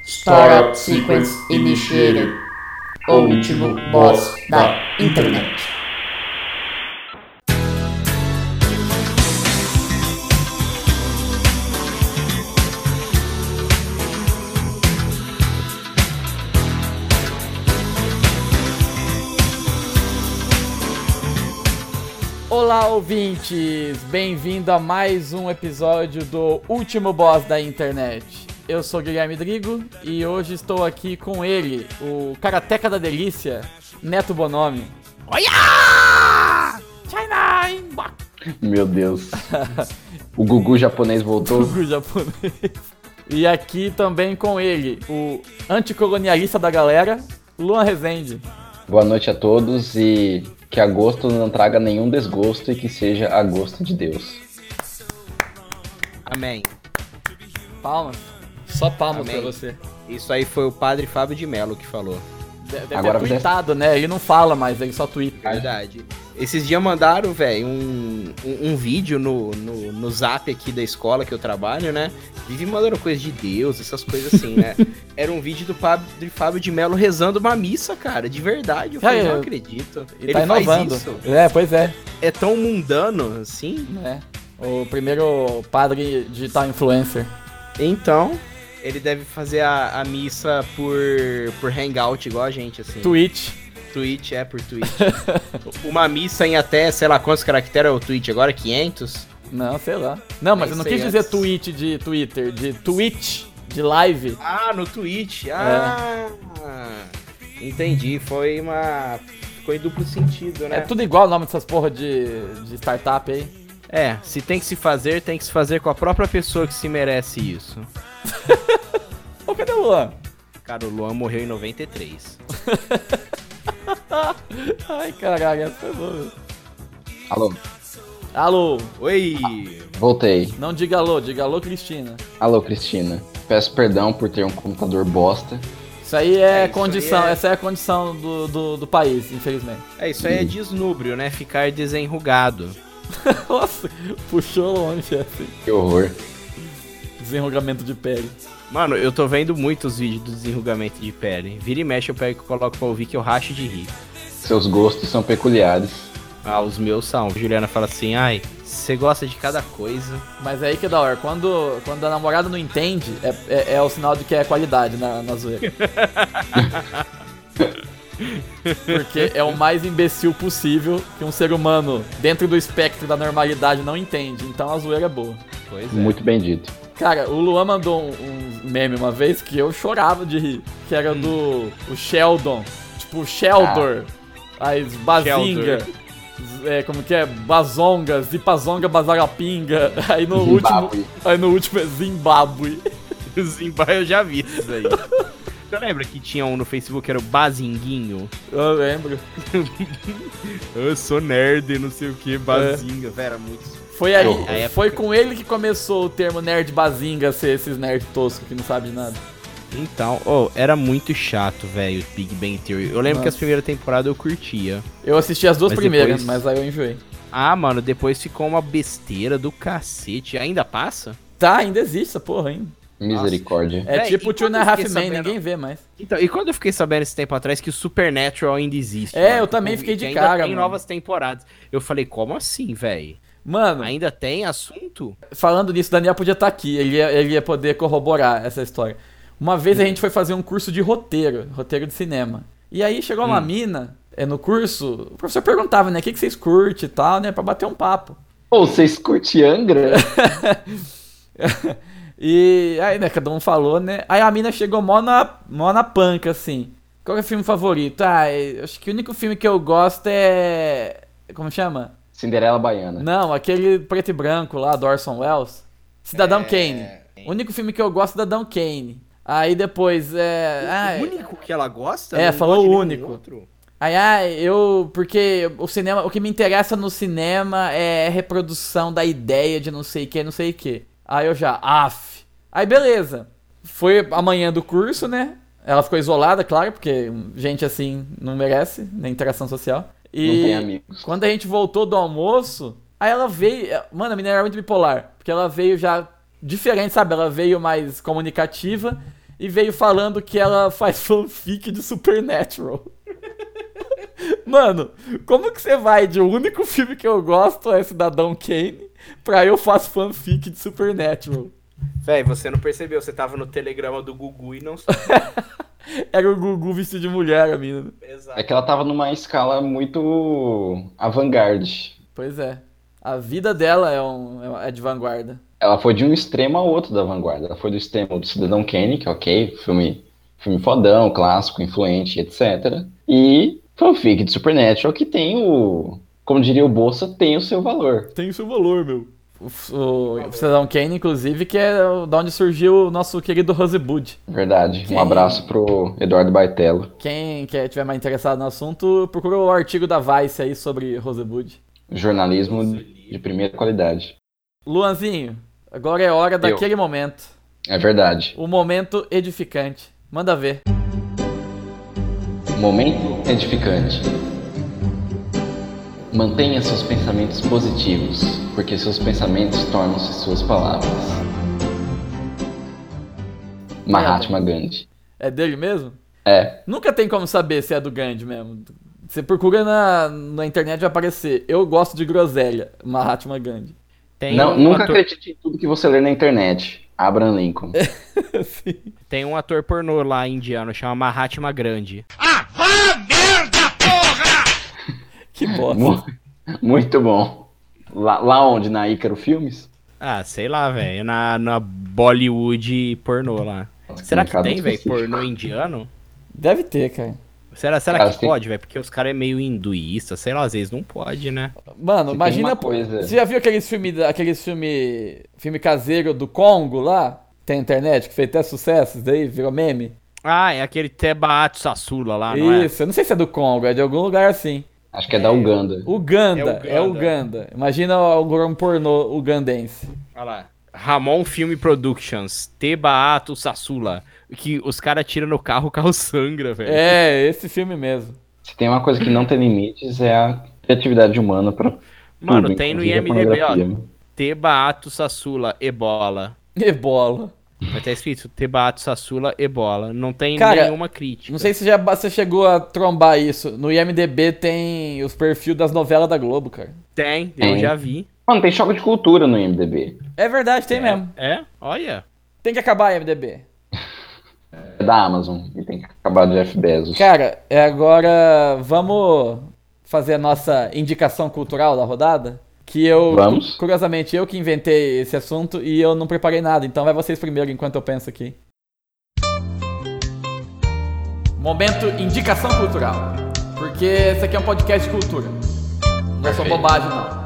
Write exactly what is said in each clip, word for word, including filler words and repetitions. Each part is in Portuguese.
Startup Sequence Initiated. O último boss da internet. Olá, ouvintes! Bem-vindo a mais um episódio do Último Boss da Internet. Eu sou Guilherme Drigo e hoje estou aqui com ele, o Karateca da Delícia, Neto Bonomi. Olha! China! Meu Deus. O Gugu japonês voltou. Gugu japonês. E aqui também com ele, o anticolonialista da galera, Luan Rezende. Boa noite a todos e que agosto não traga nenhum desgosto e que seja a gosto de Deus. Amém. Palmas. Só palmas Amém. pra você. Isso aí foi o padre Fábio de Mello que falou. Deve Agora ter você- tweetado, né? Ele não fala mais, ele só tweeta. Verdade. Esses dias mandaram, velho, um, um, um vídeo no, no, no zap aqui da escola que eu trabalho, né? Vive mandando coisa de Deus, essas coisas assim, né? Era um vídeo do padre Fábio de Mello rezando uma missa, cara, de verdade. Eu falei, É, não eu- acredito. E Ele tá faz inovando. isso. É, pois é. É tão mundano assim. É. O primeiro padre digital influencer. Então, ele deve fazer a, a missa por, por hangout, igual a gente, assim. Twitch. Twitch, é, por Twitch. Uma missa em até, sei lá quantos caracteres é o Twitch agora? quinhentos? Não, sei lá. Não, mas Nem eu não sei quis dizer antes. tweet de Twitter, de Twitch, de live. Ah, no Twitch. Ah, entendi. Foi uma... Ficou em duplo sentido, né? É tudo igual o nome dessas porra de, de startup aí. É, se tem que se fazer, tem que se fazer com a própria pessoa que se merece isso. Ô, cadê o Luan? Cara, o Luan morreu em noventa e três. Ai, caralho, essa foi boa. Meu. Alô, Alô, Oi! voltei. não diga alô, diga alô, Cristina. Alô, Cristina. Peço perdão por ter um computador bosta. Isso aí é, É, isso condição, aí é- essa é a condição do, do, do país, infelizmente. É, isso aí é desnúbrio, né? Ficar desenrugado. Nossa, puxou longe assim. Que horror. Desenrugamento de pele. Mano, eu tô vendo muitos vídeos do desenrugamento de pele. Vira e mexe eu pego e coloco pra ouvir que eu racho de rir. Seus gostos são peculiares. Ah, os meus são. Juliana fala assim, ai, você gosta de cada coisa. Mas é aí que é da hora. Quando, quando a namorada não entende, é, é, é o sinal de que é qualidade na, na zoeira. Porque é o mais imbecil possível que um ser humano, dentro do espectro da normalidade, não entende. Então a zoeira é boa. Pois é. Muito bem dito. Cara, o Luan mandou um, um meme uma vez que eu chorava de rir. Que era do o Sheldon. Tipo, Sheldor. As Bazinga. É, como que é? Bazonga, Zipazonga, Bazarapinga. Aí no último. Zimbábue. Aí no último é Zimbábue. Zimbabwe eu já vi isso aí. Você lembra que tinha um no Facebook que era o Bazinguinho? Eu lembro. Eu sou nerd, não sei o que, Bazinga. Velho, era muito... Foi aí, horror. Aí é- foi com ele que começou o termo nerd bazinga ser esses nerd toscos que não sabem de nada. Então, oh, era muito chato, velho, Big Bang Theory. Eu lembro Nossa. que as primeiras temporadas eu curtia. Eu assisti as duas Mas primeiras, depois- mas aí eu enjoei. Ah, mano, depois ficou uma besteira do cacete. Ainda passa? Tá, ainda existe essa porra ainda. Misericórdia. É Véi, tipo e Two and a quando eu Half fiquei Men, sabendo- ninguém vê mais. Então, e quando eu fiquei sabendo esse tempo atrás que o Supernatural ainda existe? É, mano, eu também que fiquei de ainda cara, tem mano. novas temporadas. Eu falei, como assim, velho? Mano, Ainda tem assunto? falando nisso, o Daniel podia estar aqui, ele ia, ele ia poder corroborar essa história. Uma vez a gente foi fazer um curso de roteiro, roteiro de cinema. E aí chegou uma Hum. mina, é, no curso, o professor perguntava, né, o que, que vocês curtem e tal, né, pra bater um papo. Pô, vocês curtem Angra? E aí, né, cada um falou, né? Aí a mina chegou mó na, mó na panca, assim. Qual é o filme favorito? Ah, eu acho que o único filme que eu gosto é... Como chama? Cinderela Baiana. Não, aquele preto e branco lá, do Orson Welles. Cidadão Kane. O único filme que eu gosto é Cidadão Kane. Aí depois, é... ah, o único que ela gosta? É, Não falou gosta de o nenhum único. outro? Aí, ah, eu... Porque o cinema... O que me interessa no cinema é reprodução da ideia de não sei o que, não sei o que. Aí eu já... Af. Aí beleza. Foi amanhã do curso, né? Ela ficou isolada, claro, porque gente assim não merece, nem interação social. E Não tem amigos. quando a gente voltou do almoço, aí ela veio... Mano, a menina era muito bipolar. Porque ela veio já diferente, sabe? Ela veio mais comunicativa. e veio falando que ela faz fanfic de Supernatural. Mano, como que você vai de o único filme que eu gosto é Cidadão Kane pra eu faço fanfic de Supernatural? Véi, você não percebeu, você tava no telegrama do Gugu e não sabe. Era o Gugu vestido de mulher, a mina. Exato. É que ela tava numa escala muito avant-garde. Pois é. A vida dela é, um, é de vanguarda. Ela foi de um extremo ao outro da vanguarda. Ela foi do extremo do Cidadão Kane, que é ok, filme, filme fodão, clássico, influente, etcétera. E fanfic de Supernatural, que tem o... Como diria o Bolsa, tem o seu valor. Tem o seu valor, meu. O, o, o Cidadão Kane, inclusive, que é da onde surgiu o nosso querido Rosebud. Verdade. Quem... Um abraço pro Eduardo Baitello. Quem quer, tiver mais interessado no assunto, procura o artigo da Vice aí sobre Rosebud. Jornalismo de primeira qualidade. Luanzinho, agora é hora daquele Eu. momento. É verdade. O momento edificante. Manda ver. Momento edificante. Mantenha seus pensamentos positivos, porque seus pensamentos tornam-se suas palavras. Mahatma Gandhi. É dele mesmo? É. Nunca tem como saber se é do Gandhi mesmo. Você procura na, na internet, vai aparecer. Eu gosto de groselha. Mahatma Gandhi. Tem Não, um nunca ator... acredite em tudo que você lê na internet. Abraham Lincoln. Sim. Tem um ator pornô lá indiano, chama Mahatma Grande. Que bosta. Mu- Muito bom. Lá, lá onde? Na Ícaro Filmes? Ah, sei lá, velho. Na, na Bollywood pornô lá. Será que mercado tem, velho, específico. pornô indiano? Deve ter, cara. Será, será Cara, que tem- pode, velho? Porque os caras é meio hinduísta, sei lá, às vezes não pode, né? Mano, Se imagina. tem uma coisa- Você já viu aqueles filmes aqueles filme, filme caseiro do Congo lá? Tem na internet, que fez até sucesso, isso daí virou meme? Ah, é aquele Tebaatsu Sassula lá, não é? Isso, eu não sei se é do Congo, é de algum lugar assim. Acho que é da Uganda. Uganda, É é Uganda. Uganda. Imagina um pornô ugandense. Olha lá. Ramon Film Productions, Tebaatsu Sassula. Que os caras tiram no carro, o carro sangra, velho. É, esse filme mesmo. Se tem uma coisa que não tem limites, é a criatividade humana pra Mano, tudo, tem no inclusive a I M D B, ó. pornografia. Tebaatsu Sassula, Ebola. Ebola. Vai estar escrito Tebaatsu Sassula, Ebola. Não tem Cara, nenhuma crítica. Não sei se já, você chegou a trombar isso. No I M D B tem os perfis das novelas da Globo, cara. Tem, eu Tem. já vi. Mano, tem choque de cultura no I M D B. É verdade, tem mesmo. É? Olha. Tem que acabar o I M D B. É da Amazon e tem que acabar de Jeff Bezos. Cara, é agora vamos fazer a nossa indicação cultural da rodada? Que eu, Vamos. curiosamente, eu que inventei esse assunto e eu não preparei nada, então vai vocês primeiro enquanto eu penso aqui. Momento indicação cultural. Porque esse aqui é um podcast de cultura. Não é só Perfeito. bobagem, não.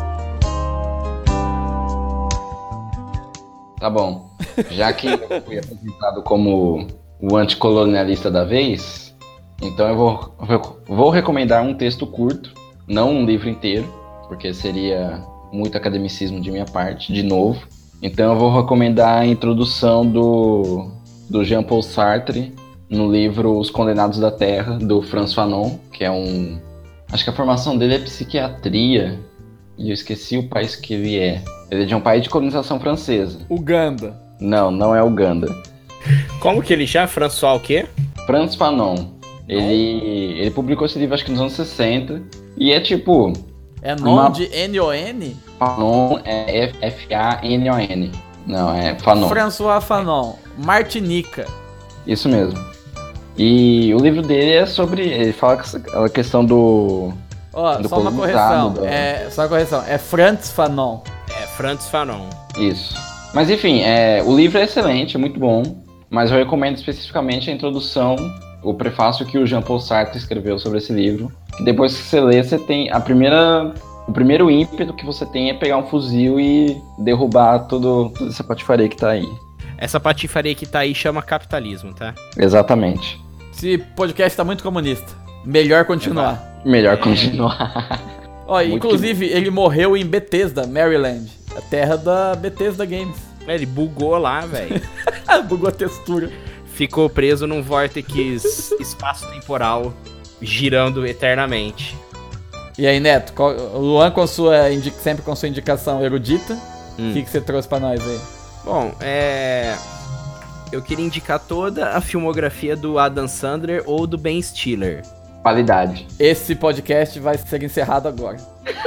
Tá bom. Já que eu fui apresentado como o anticolonialista da vez, então eu vou, vou recomendar um texto curto, não um livro inteiro, porque seria muito academicismo de minha parte, de novo. Então eu vou recomendar a introdução do, do Jean-Paul Sartre no livro Os Condenados da Terra, do Frantz Fanon, que é um... Acho que a formação dele é psiquiatria, e eu esqueci o país que ele é. Ele é de um país de colonização francesa. Uganda. Não, não é Uganda. Como que ele chama? François o quê? Frantz Fanon. Ele, ele publicou esse livro acho que nos anos sessenta. E é tipo... É nome Uma- de N O N? Fanon é F A N O N. Não, é Fanon. François Fanon. Martinica. Isso mesmo. E o livro dele é sobre... Ele fala a questão do... Ó, Do só uma colonizado, correção. da- É, só uma correção. É Frantz Fanon. É Frantz Fanon. Isso. Mas enfim, é, o livro é excelente, é muito bom. Mas eu recomendo especificamente a introdução, o prefácio que o Jean-Paul Sartre escreveu sobre esse livro. Que depois que você lê, você tem a primeira... O primeiro ímpeto que você tem é pegar um fuzil e derrubar tudo, toda essa patifaria que tá aí. Essa patifaria que tá aí chama capitalismo, tá? Exatamente. Esse podcast tá muito comunista. Melhor continuar. Melhor continuar. Ó, Muito inclusive, ele morreu em Bethesda, Maryland. A terra da Bethesda Games. Ele bugou lá, velho. Bugou a textura. Ficou preso num vórtex espaço-temporal, girando eternamente. E aí, Neto, qual- o Luan com sua indi- sempre com sua indicação erudita. O Hum. que, que você trouxe pra nós aí? Bom, é... Eu queria indicar toda a filmografia do Adam Sandler ou do Ben Stiller. Qualidade. Esse podcast vai ser encerrado agora.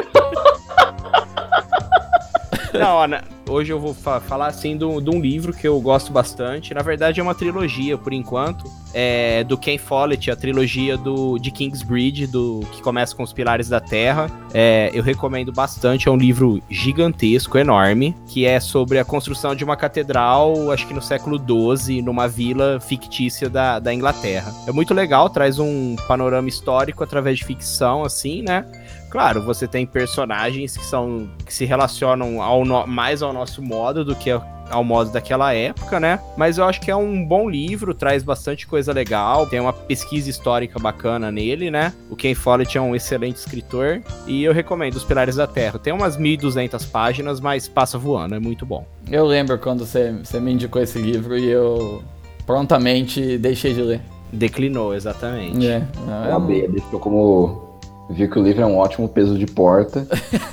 Não, Ana, hoje eu vou fa- falar assim de um livro que eu gosto bastante. Na verdade é uma trilogia, por enquanto. É do Ken Follett, a trilogia do, de Kingsbridge, do, que começa com Os Pilares da Terra. É, eu recomendo bastante, é um livro gigantesco, enorme, que é sobre a construção de uma catedral, acho que no século doze, numa vila fictícia da, da Inglaterra. É muito legal, traz um panorama histórico através de ficção, assim, né? Claro, você tem personagens que são que se relacionam ao no, mais ao nosso modo do que ao modo daquela época, né? Mas eu acho que é um bom livro, traz bastante coisa legal, tem uma pesquisa histórica bacana nele, né? O Ken Follett é um excelente escritor e eu recomendo Os Pilares da Terra. Tem umas mil e duzentas páginas, mas passa voando, é muito bom. Eu lembro quando você, você me indicou esse livro e eu prontamente deixei de ler. Declinou, exatamente. É, A Bia deixou como... Viu que o livro é um ótimo peso de porta.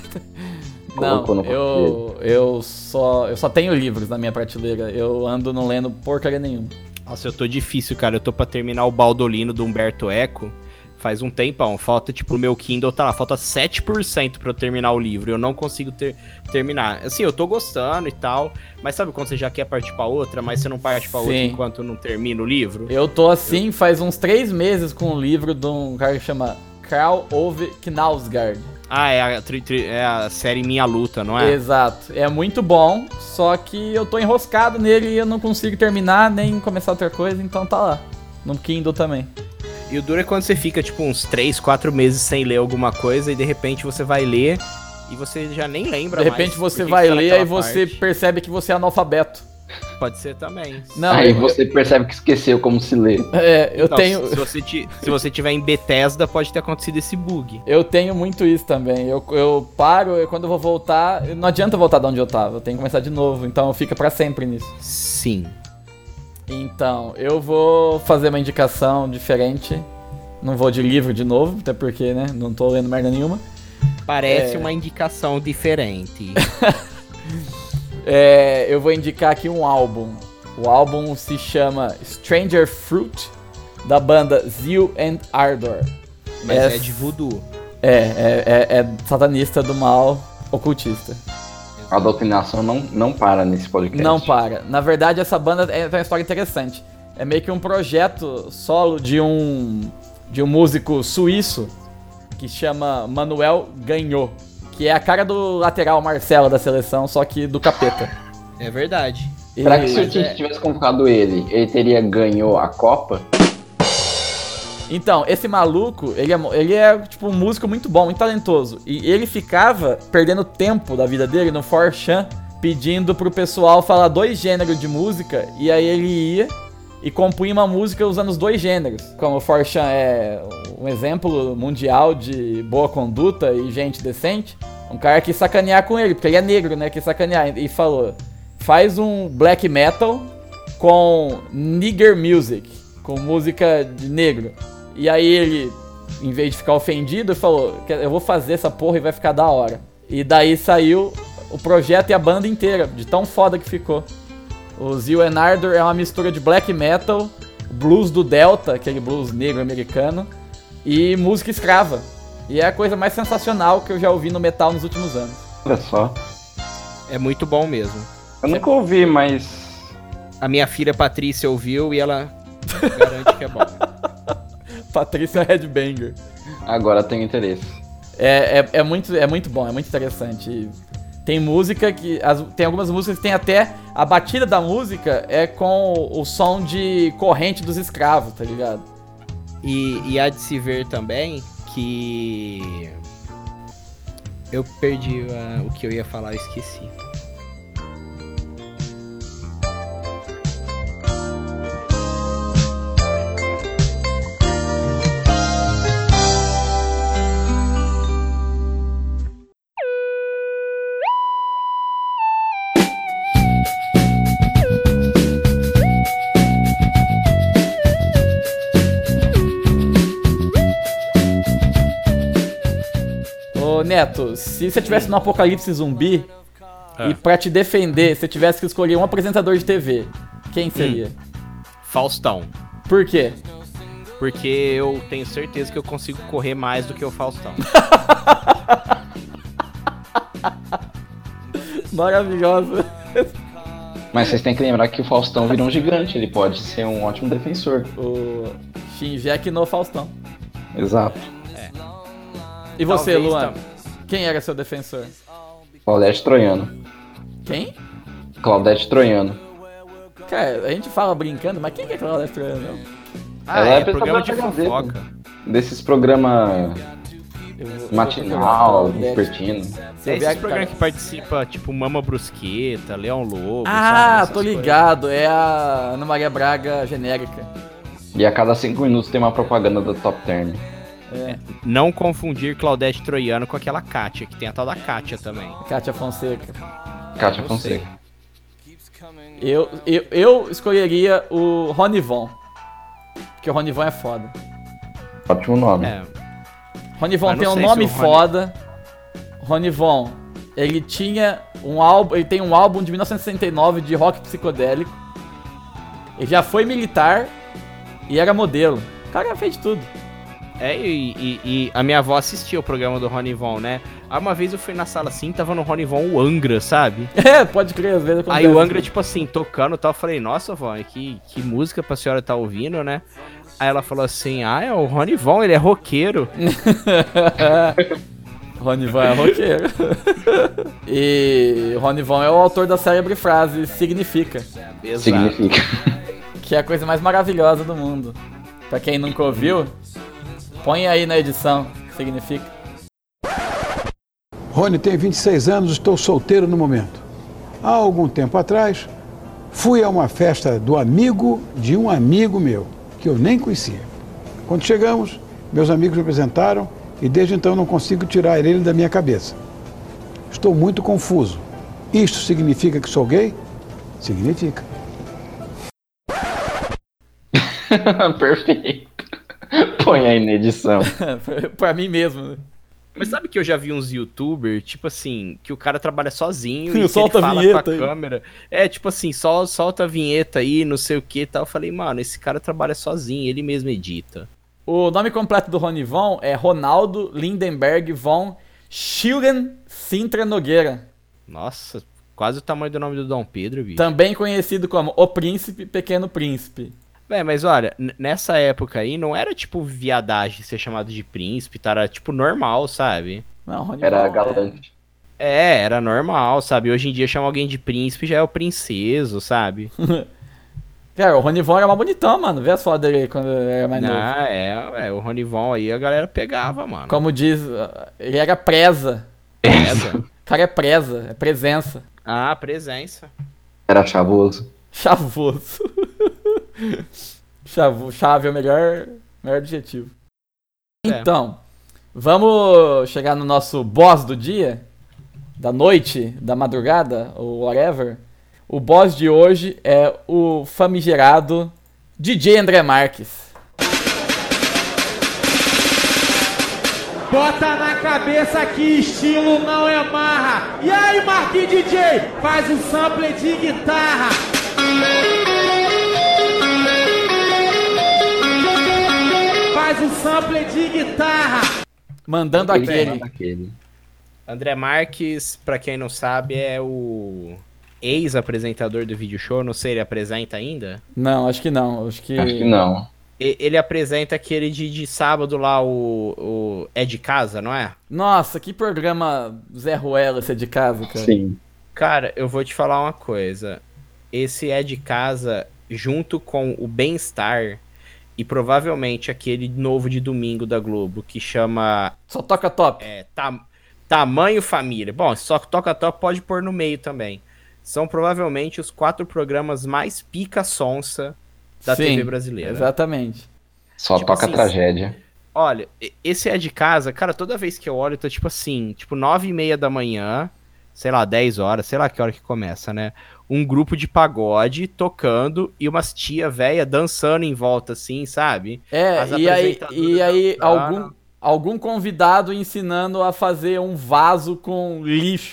Não, eu, eu, só, eu só tenho livros na minha prateleira. Eu ando não lendo porcaria nenhuma. Nossa, eu tô difícil, cara. Eu tô pra terminar o Baldolino do Humberto Eco. Faz um tempão. Falta, tipo, o meu Kindle tá lá. Falta sete por cento pra eu terminar o livro. Eu não consigo ter, terminar. Assim, eu tô gostando e tal. Mas sabe quando você já quer partir pra outra, mas você não parte pra outra Sim. enquanto não termina o livro? Eu tô assim faz uns três meses com um livro de um cara que chama Karl Ove Knausgaard. Ah, é a, tri, tri, é a série Minha Luta, não é? Exato. É muito bom, só que eu tô enroscado nele e eu não consigo terminar nem começar outra coisa, então tá lá. No Kindle também. E o duro é quando você fica, tipo, uns três, quatro meses sem ler alguma coisa e de repente você vai ler e você já nem lembra De mais. repente você porque vai que tá ler naquela e você parte. percebe que você é analfabeto. Pode ser também. Não, Aí eu- você percebe que esqueceu como se lê. É, eu Então, tenho... Se você, ti- se você tiver em Bethesda, pode ter acontecido esse bug. Eu tenho muito isso também. Eu, eu paro e quando eu vou voltar, não adianta voltar de onde eu tava. Eu tenho que começar de novo. Então fica pra sempre nisso. Sim. Então, eu vou fazer uma indicação diferente. Não vou de livro de novo, até porque, né? Não tô lendo merda nenhuma. Parece É. uma indicação diferente. É, eu vou indicar aqui um álbum. O álbum se chama Stranger Fruit, da banda Zeal and Ardor. Mas É- é de voodoo. É, é, é, é satanista do mal, ocultista. A doutrinação não, não para nesse podcast. Não para. Na verdade, essa banda é, tem uma história interessante. É meio que um projeto solo de um de um músico suíço que chama Manuel Ganhou, que é a cara do lateral Marcelo da seleção, só que do capeta. É verdade. Será E- que se o Tite tivesse convocado ele, ele teria ganhou a Copa? Então, esse maluco, ele é, ele é tipo um músico muito bom, muito talentoso. E ele ficava perdendo tempo da vida dele no four chan, pedindo pro pessoal falar dois gêneros de música, e aí ele ia e compunha uma música usando os dois gêneros. Como o four chan é um exemplo mundial de boa conduta e gente decente, um cara quis sacanear com ele, porque ele é negro, né? Quis sacanear. E falou, faz um black metal com nigger music, com música de negro. E aí ele, em vez de ficar ofendido, falou, eu vou fazer essa porra e vai ficar da hora. E daí saiu o projeto e a banda inteira, de tão foda que ficou. O Zeal and Ardor é uma mistura de black metal, blues do Delta, aquele blues negro americano, e música escrava. E é a coisa mais sensacional que eu já ouvi no metal nos últimos anos. Olha só. É muito bom mesmo. Eu nunca ouvi, mas... A minha filha Patrícia ouviu e ela garante que é bom. Patrícia Headbanger. Agora tenho interesse. É, é, é, muito, é muito bom, é muito interessante. E tem música que. As, tem algumas músicas que tem até. A batida da música é com o, o som de corrente dos escravos, tá ligado? E, e há de se ver também que. Eu perdi uh, o que eu ia falar, eu esqueci. Ô Neto, se você tivesse no apocalipse zumbi Ah. e pra te defender, você tivesse que escolher um apresentador de T V Quem seria? Hum. Faustão. Por quê? Porque eu tenho certeza que eu consigo correr mais do que o Faustão. Maravilhosa. Mas vocês têm que lembrar que o Faustão virou um gigante, ele pode ser um ótimo defensor. O Shinjek no Faustão. Exato. É. E você, Talvez Luan? tam- Quem era seu defensor? Claudete Troiano. Quem? Claudete Troiano. Cara, a gente fala brincando, mas quem que é Claudete Troiano? Ah, Ela é, é programa de apresentadora da fofoca. Desses programas Eu vou- matinal, eu vou- vespertino. Se eu É ver esses a programas cara- que participa, tipo Mama Brusqueta, Leão Lobo, Ah, sabe? tô Essas ligado. É a Ana Maria Braga genérica. E a cada cinco minutos tem uma propaganda da Top Term. É, coisas. Não confundir Claudete Troiano com aquela Kátia, que tem a tal da Kátia também. Kátia Fonseca. Kátia Eu sei. Fonseca. Eu, eu, eu escolheria o Ronivon. Porque o Ronivon é foda. Ótimo nome. É, Ronivon Mas não tem um sei nome se o Rony- foda. Ronivon, ele tinha um álbum, ele tem um álbum de mil novecentos e sessenta e nove de rock psicodélico. Ele já foi militar e era modelo. O cara fez de tudo. é e, e- e a minha avó assistia o programa do Ronivon, né? Aí uma vez eu fui na sala assim, tava no Ronivon o Angra, sabe? É, pode crer, às vezes acontece. Aí o Angra, tipo assim, tocando e tal, eu falei, nossa, vó, que, que música pra senhora tá ouvindo, né? Aí ela falou assim, ah, é o Ronivon, ele é roqueiro. Ronivon é roqueiro. E o Ronivon é o autor da célebre frase Significa, Exato. Significa. que é a coisa mais maravilhosa do mundo. Pra quem nunca ouviu, põe aí na edição, Significa. Rony tem vinte e seis anos, estou solteiro no momento. Há algum tempo atrás, fui a uma festa do amigo de um amigo meu, que eu nem conhecia. Quando chegamos, meus amigos me apresentaram e desde então não consigo tirar ele da minha cabeça. Estou muito confuso. Isto significa que sou gay? Significa. Perfeito. Põe aí na edição. Pra mim mesmo, né? Mas sabe que eu já vi uns youtubers, tipo assim, que o cara trabalha sozinho Sim, e que solta ele a fala vinheta com a aí. câmera. É, tipo assim, só solta a vinheta aí, não sei o que e tal. Eu falei, mano, esse cara trabalha sozinho, ele mesmo edita. O nome completo do Ronivon é Ronaldo Lindenberg von Schillen Sintra Nogueira. Nossa, quase o tamanho do nome do Dom Pedro, bicho. Também conhecido como O Príncipe, Pequeno Príncipe. É, mas olha, n- nessa época aí não era tipo viadagem ser chamado de príncipe, tá? Era tipo normal, sabe? Não, Ronivon Era é- galante. É, era normal, sabe? Hoje em dia chamar alguém de príncipe já é o princeso, sabe? Cara, o Ronivon era mais bonitão, mano. Vê as fotos dele aí quando ele era mais novo. Ah, é, é, o Ronivon aí a galera pegava, mano. Como diz, ele era presa. Preza. O cara é presa, é presença. Ah, presença. Era chavoso. Chavoso. Chavo, chave é o melhor, melhor adjetivo. É. Então, vamos chegar no nosso boss do dia? Da noite, da madrugada, ou whatever. O boss de hoje é o famigerado D J André Marques. Bota na cabeça que estilo não é marra. E aí, Marquinhos D J, faz um sample de guitarra. Faz um sample de guitarra. Mandando aquele. Aquele. André Marques, pra quem não sabe, é o ex-apresentador do vídeo show. Não sei, ele apresenta ainda? Não, acho que não. Acho que. Acho que não. E- Ele apresenta aquele de, de sábado lá, o, o É de Casa, não é? Nossa, que programa Zé Ruela ser de casa, cara. Sim. Cara, eu vou te falar uma coisa. Esse É de Casa, junto com o Bem-Estar e provavelmente aquele novo de domingo da Globo, que chama Só toca top. é, Ta- Tamanho Família. Bom, só que Toca Top pode pôr no meio também. São provavelmente os quatro programas mais pica-sonsa da Sim, T V brasileira. Exatamente. Só Tipo toca assim, tragédia. Olha, e- esse É de Casa, cara, toda vez que eu olho, eu tô tipo assim, tipo nove e meia da manhã, sei lá, dez horas, sei lá que hora que começa, né? Um grupo de pagode tocando e umas tia véia dançando em volta, assim, sabe? É, As e aí, apresentadoras e aí dançando. algum, algum convidado ensinando a fazer um vaso com lixo.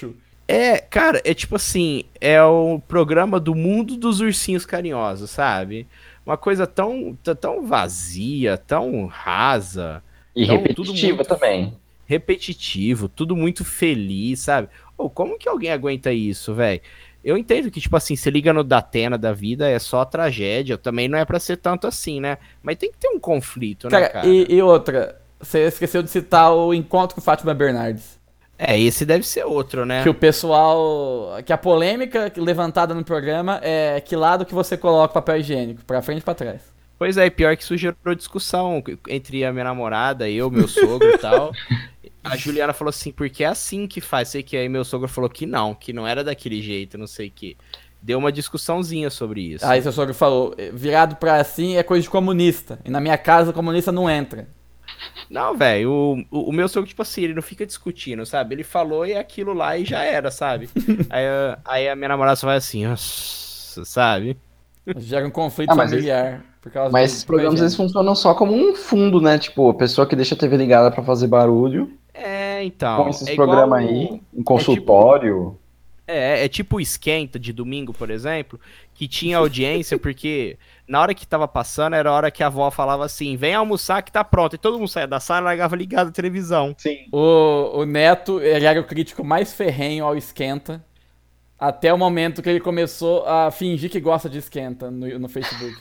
É, cara, é tipo assim, é o programa do mundo dos ursinhos carinhosos, sabe? Uma coisa tão, t- tão vazia, tão rasa, E tão, repetitiva muito também. repetitivo, tudo muito feliz, sabe? Ou como que alguém aguenta isso, velho? Eu entendo que, tipo assim, você liga no Datena da vida, é só tragédia, também não é pra ser tanto assim, né? Mas tem que ter um conflito, né, Cara, cara? E, e outra, você esqueceu de citar o encontro com Fátima Bernardes. É, esse deve ser outro, né? Que o pessoal. Que a polêmica levantada no programa é que lado que você coloca o papel higiênico, pra frente e pra trás. Pois é, pior que isso gerou discussão entre a minha namorada, eu, meu sogro e tal. A Juliana falou assim, porque é assim que faz, sei que aí meu sogro falou que não, que não era daquele jeito, não sei o que. Deu uma discussãozinha sobre isso. Aí seu sogro falou, virado pra assim é coisa de comunista. E na minha casa comunista não entra. Não, velho, o, o, o meu sogro, tipo assim, ele não fica discutindo, sabe? Ele falou e é aquilo lá e já era, sabe? aí, a- aí a minha namorada só vai assim, "Nossa", sabe? Gera um conflito Ah, mas familiar. Por causa Mas do esses programas papel eles higiênico. funcionam só como um fundo, né? Tipo, a pessoa que deixa a T V ligada pra fazer barulho, É, então. com esses é igual programas o- aí, um consultório. É, é tipo o Esquenta de domingo, por exemplo, que tinha audiência porque na hora que tava passando era a hora que a avó falava assim, vem almoçar que tá pronto. E todo mundo saía da sala e largava ligado a televisão. Sim. O, o Neto, ele era o crítico mais ferrenho ao Esquenta. Até o momento que ele começou a fingir que gosta de Esquenta no, no Facebook.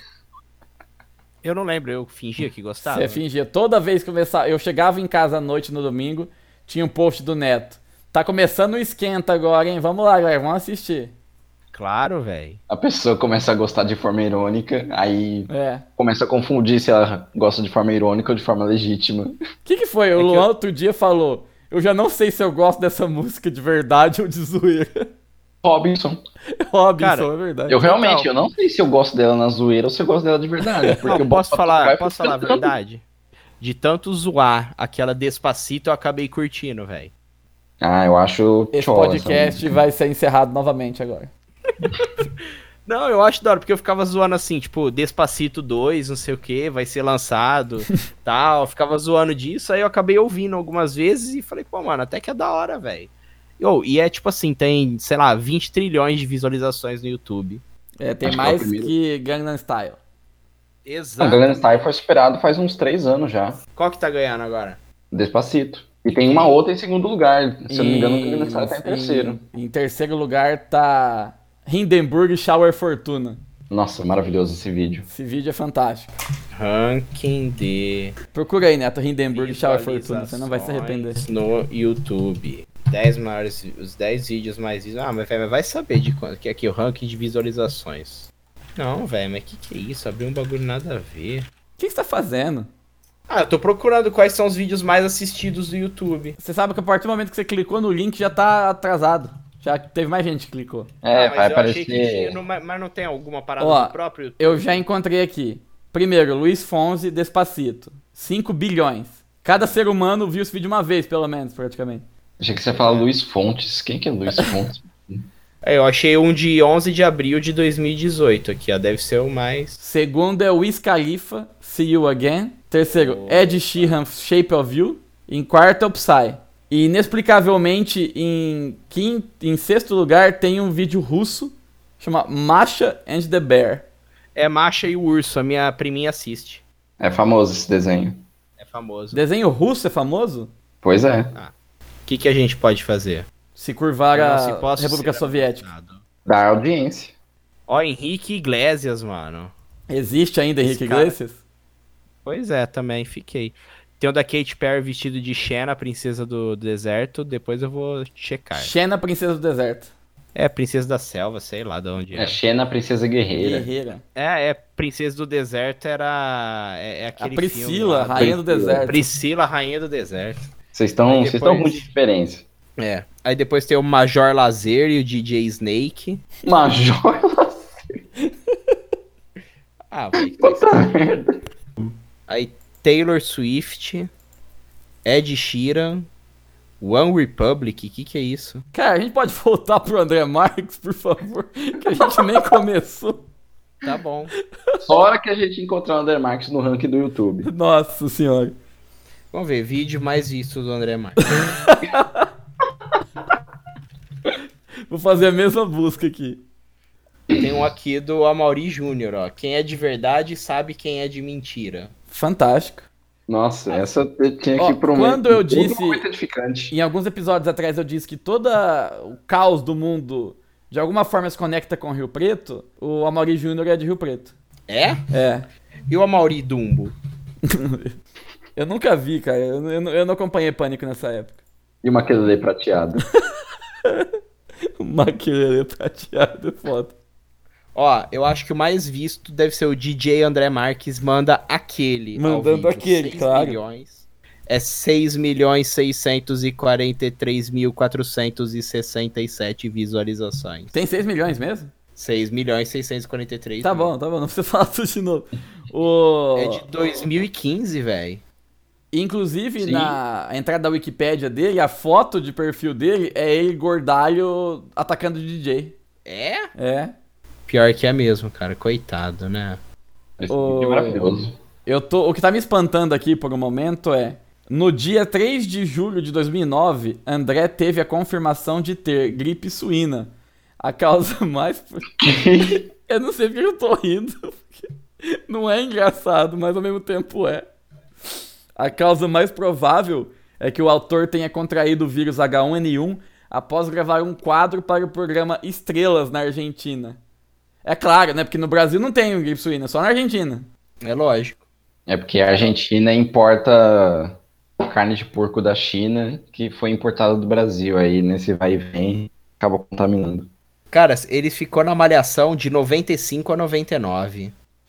Eu não lembro, eu fingia que gostava. Você fingia. Toda vez que começava. Eu chegava em casa à noite no domingo, tinha um post do Neto. Tá começando o Esquenta agora, hein? Vamos lá, galera, vamos assistir. Claro, velho. A pessoa começa a gostar de forma irônica, aí É. começa a confundir se ela gosta de forma irônica ou de forma legítima. O que, que foi? O que Luan eu- outro dia falou. Eu já não sei se eu gosto dessa música de verdade ou de zoeira. Robinson. Robinson, Cara, é verdade. Eu realmente, Então- eu não sei se eu gosto dela na zoeira ou se eu gosto dela de verdade. Porque Não, eu posso boto pra falar, tocar e posso fico falar a cantando. verdade? De tanto zoar aquela Despacito, eu acabei curtindo, velho. Ah, eu acho Esse show essa podcast música. vai ser encerrado novamente agora. Não, eu acho da hora, porque eu ficava zoando assim, tipo, Despacito dois, não sei o que, vai ser lançado, tal. Eu ficava zoando disso, aí eu acabei ouvindo algumas vezes e falei, pô, mano, até que é da hora, velho. Oh, e é tipo assim, tem, sei lá, vinte trilhões de visualizações no YouTube. É, tem Acho que é o mais primeiro. que Gangnam Style. Não, Exato. Gangnam Style foi superado faz uns três anos já. Qual que tá ganhando agora? Despacito. E tem uma outra em segundo lugar. Se eu não me engano, o Gangnam Style tá em Em- terceiro. Em, terceiro lugar tá Hindenburg Shower Fortuna. Nossa, maravilhoso esse vídeo. Esse vídeo é fantástico. Ranking de Procura aí, Neto, Hindenburg Shower Fortuna, você não vai se arrepender. visualizações no YouTube. dez maiores, os dez vídeos mais vistos. Ah, mas, véio, mas vai saber de quanto que é aqui o ranking de visualizações. Não, velho, mas que que é isso? Abriu um bagulho nada a ver. O que, que você tá fazendo? Ah, eu tô procurando quais são os vídeos mais assistidos do YouTube. Você sabe que a partir do momento que você clicou no link já tá atrasado. Já teve mais gente que clicou. É, Ah, mas vai eu achei que tinha, aparecer. no- mas mas não tem alguma parada Ó, do próprio YouTube? Eu já encontrei aqui. Primeiro, Luiz Fonzi, Despacito. cinco bilhões. Cada ser humano viu esse vídeo uma vez, pelo menos, praticamente. Achei que você ia falar Luiz Fontes. Quem que é Luiz Fontes? É, eu achei um de onze de abril de dois mil e dezoito aqui, ó. Deve ser o mais. Segundo é Wiz Khalifa, See You Again. Terceiro, Ed Sheeran, Shape of You. Em quarto é o Psy. E inexplicavelmente, em, quinto, em sexto lugar, tem um vídeo russo, chama Masha and the Bear. É Macha e o Urso, a minha priminha assiste. É famoso esse desenho. É famoso. Desenho russo é famoso? Pois é. O que, que a gente pode fazer? Se curvar Eu não a se posso República ser Soviética. apresentado. Da audiência. Ó, Henrique Iglesias, mano. Existe ainda Henrique Esse cara- Iglesias? Pois é, também fiquei. Tem o da Katy Perry vestido de Xena, princesa do deserto. Depois eu vou checar. Xena, Princesa do Deserto. É, princesa da selva, sei lá de onde é. É Xena, Princesa Guerreira. Guerreira. É, é, princesa do deserto era. É, é A aquele Priscila, filme lá. Rainha do Priscila. Deserto. Priscila, rainha do deserto. Vocês estão Aí vocês estão depois- ruim de diferença. É. Aí depois tem o Major Lazer e o D J Snake. Major. Ah, vai que tá Puta merda. Aí Taylor Swift, Ed Sheeran, One Republic, o que que é isso? Cara, a gente pode voltar pro André Marques, por favor? Que a gente nem começou. Tá bom. Só a hora que a gente encontrar o Under Marques no ranking do YouTube. Nossa senhora. Vamos ver, vídeo mais visto do André Marques. Vou fazer a mesma busca aqui. Tem um aqui do Amaury Júnior, ó. Quem é de verdade sabe quem é de mentira. Fantástico. Nossa, essa eu tinha Ó, que prometer. quando eu disse- Muito edificante. Em alguns episódios atrás eu disse que todo o caos do mundo de alguma forma se conecta com Rio Preto. O Amaury Júnior é de Rio Preto. É? É. E o Amaury Dumbo? Eu nunca vi, cara. Eu, eu, não- eu não acompanhei Pânico nessa época. E uma quelele prateado. Maquilele prateado, é foda. Ó, eu acho que o mais visto deve ser o D J André Marques manda aquele. ao Mandando vídeo. aquele, seis claro. Milhões. É seis milhões seiscentos e quarenta e três mil quatrocentos e sessenta e sete visualizações. Tem seis milhões mesmo? seis milhões seiscentos e quarenta e três Tá mil. bom, tá bom. Não precisa falar tudo de novo. O... É de dois mil e quinze, velho. Inclusive, Sim. na entrada da Wikipédia dele, a foto de perfil dele é ele gordalho atacando o D J. É? É. Pior que é mesmo, cara. Coitado, né? Esse Ô, vídeo é maravilhoso. Eu tô, o que tá me espantando aqui por um momento é... No dia três de julho de dois mil e nove, André teve a confirmação de ter gripe suína. A causa mais... Eu não sei porque eu tô rindo. Porque não é engraçado, mas ao mesmo tempo é. A causa mais provável é que o autor tenha contraído o vírus agá um ene um após gravar um quadro para o programa Estrelas na Argentina. É claro, né? Porque no Brasil não tem gripe suína, só na Argentina. É lógico. É porque a Argentina importa carne de porco da China que foi importada do Brasil. Aí nesse vai e vem acaba contaminando. Cara, ele ficou na malhação de noventa e cinco a noventa e nove.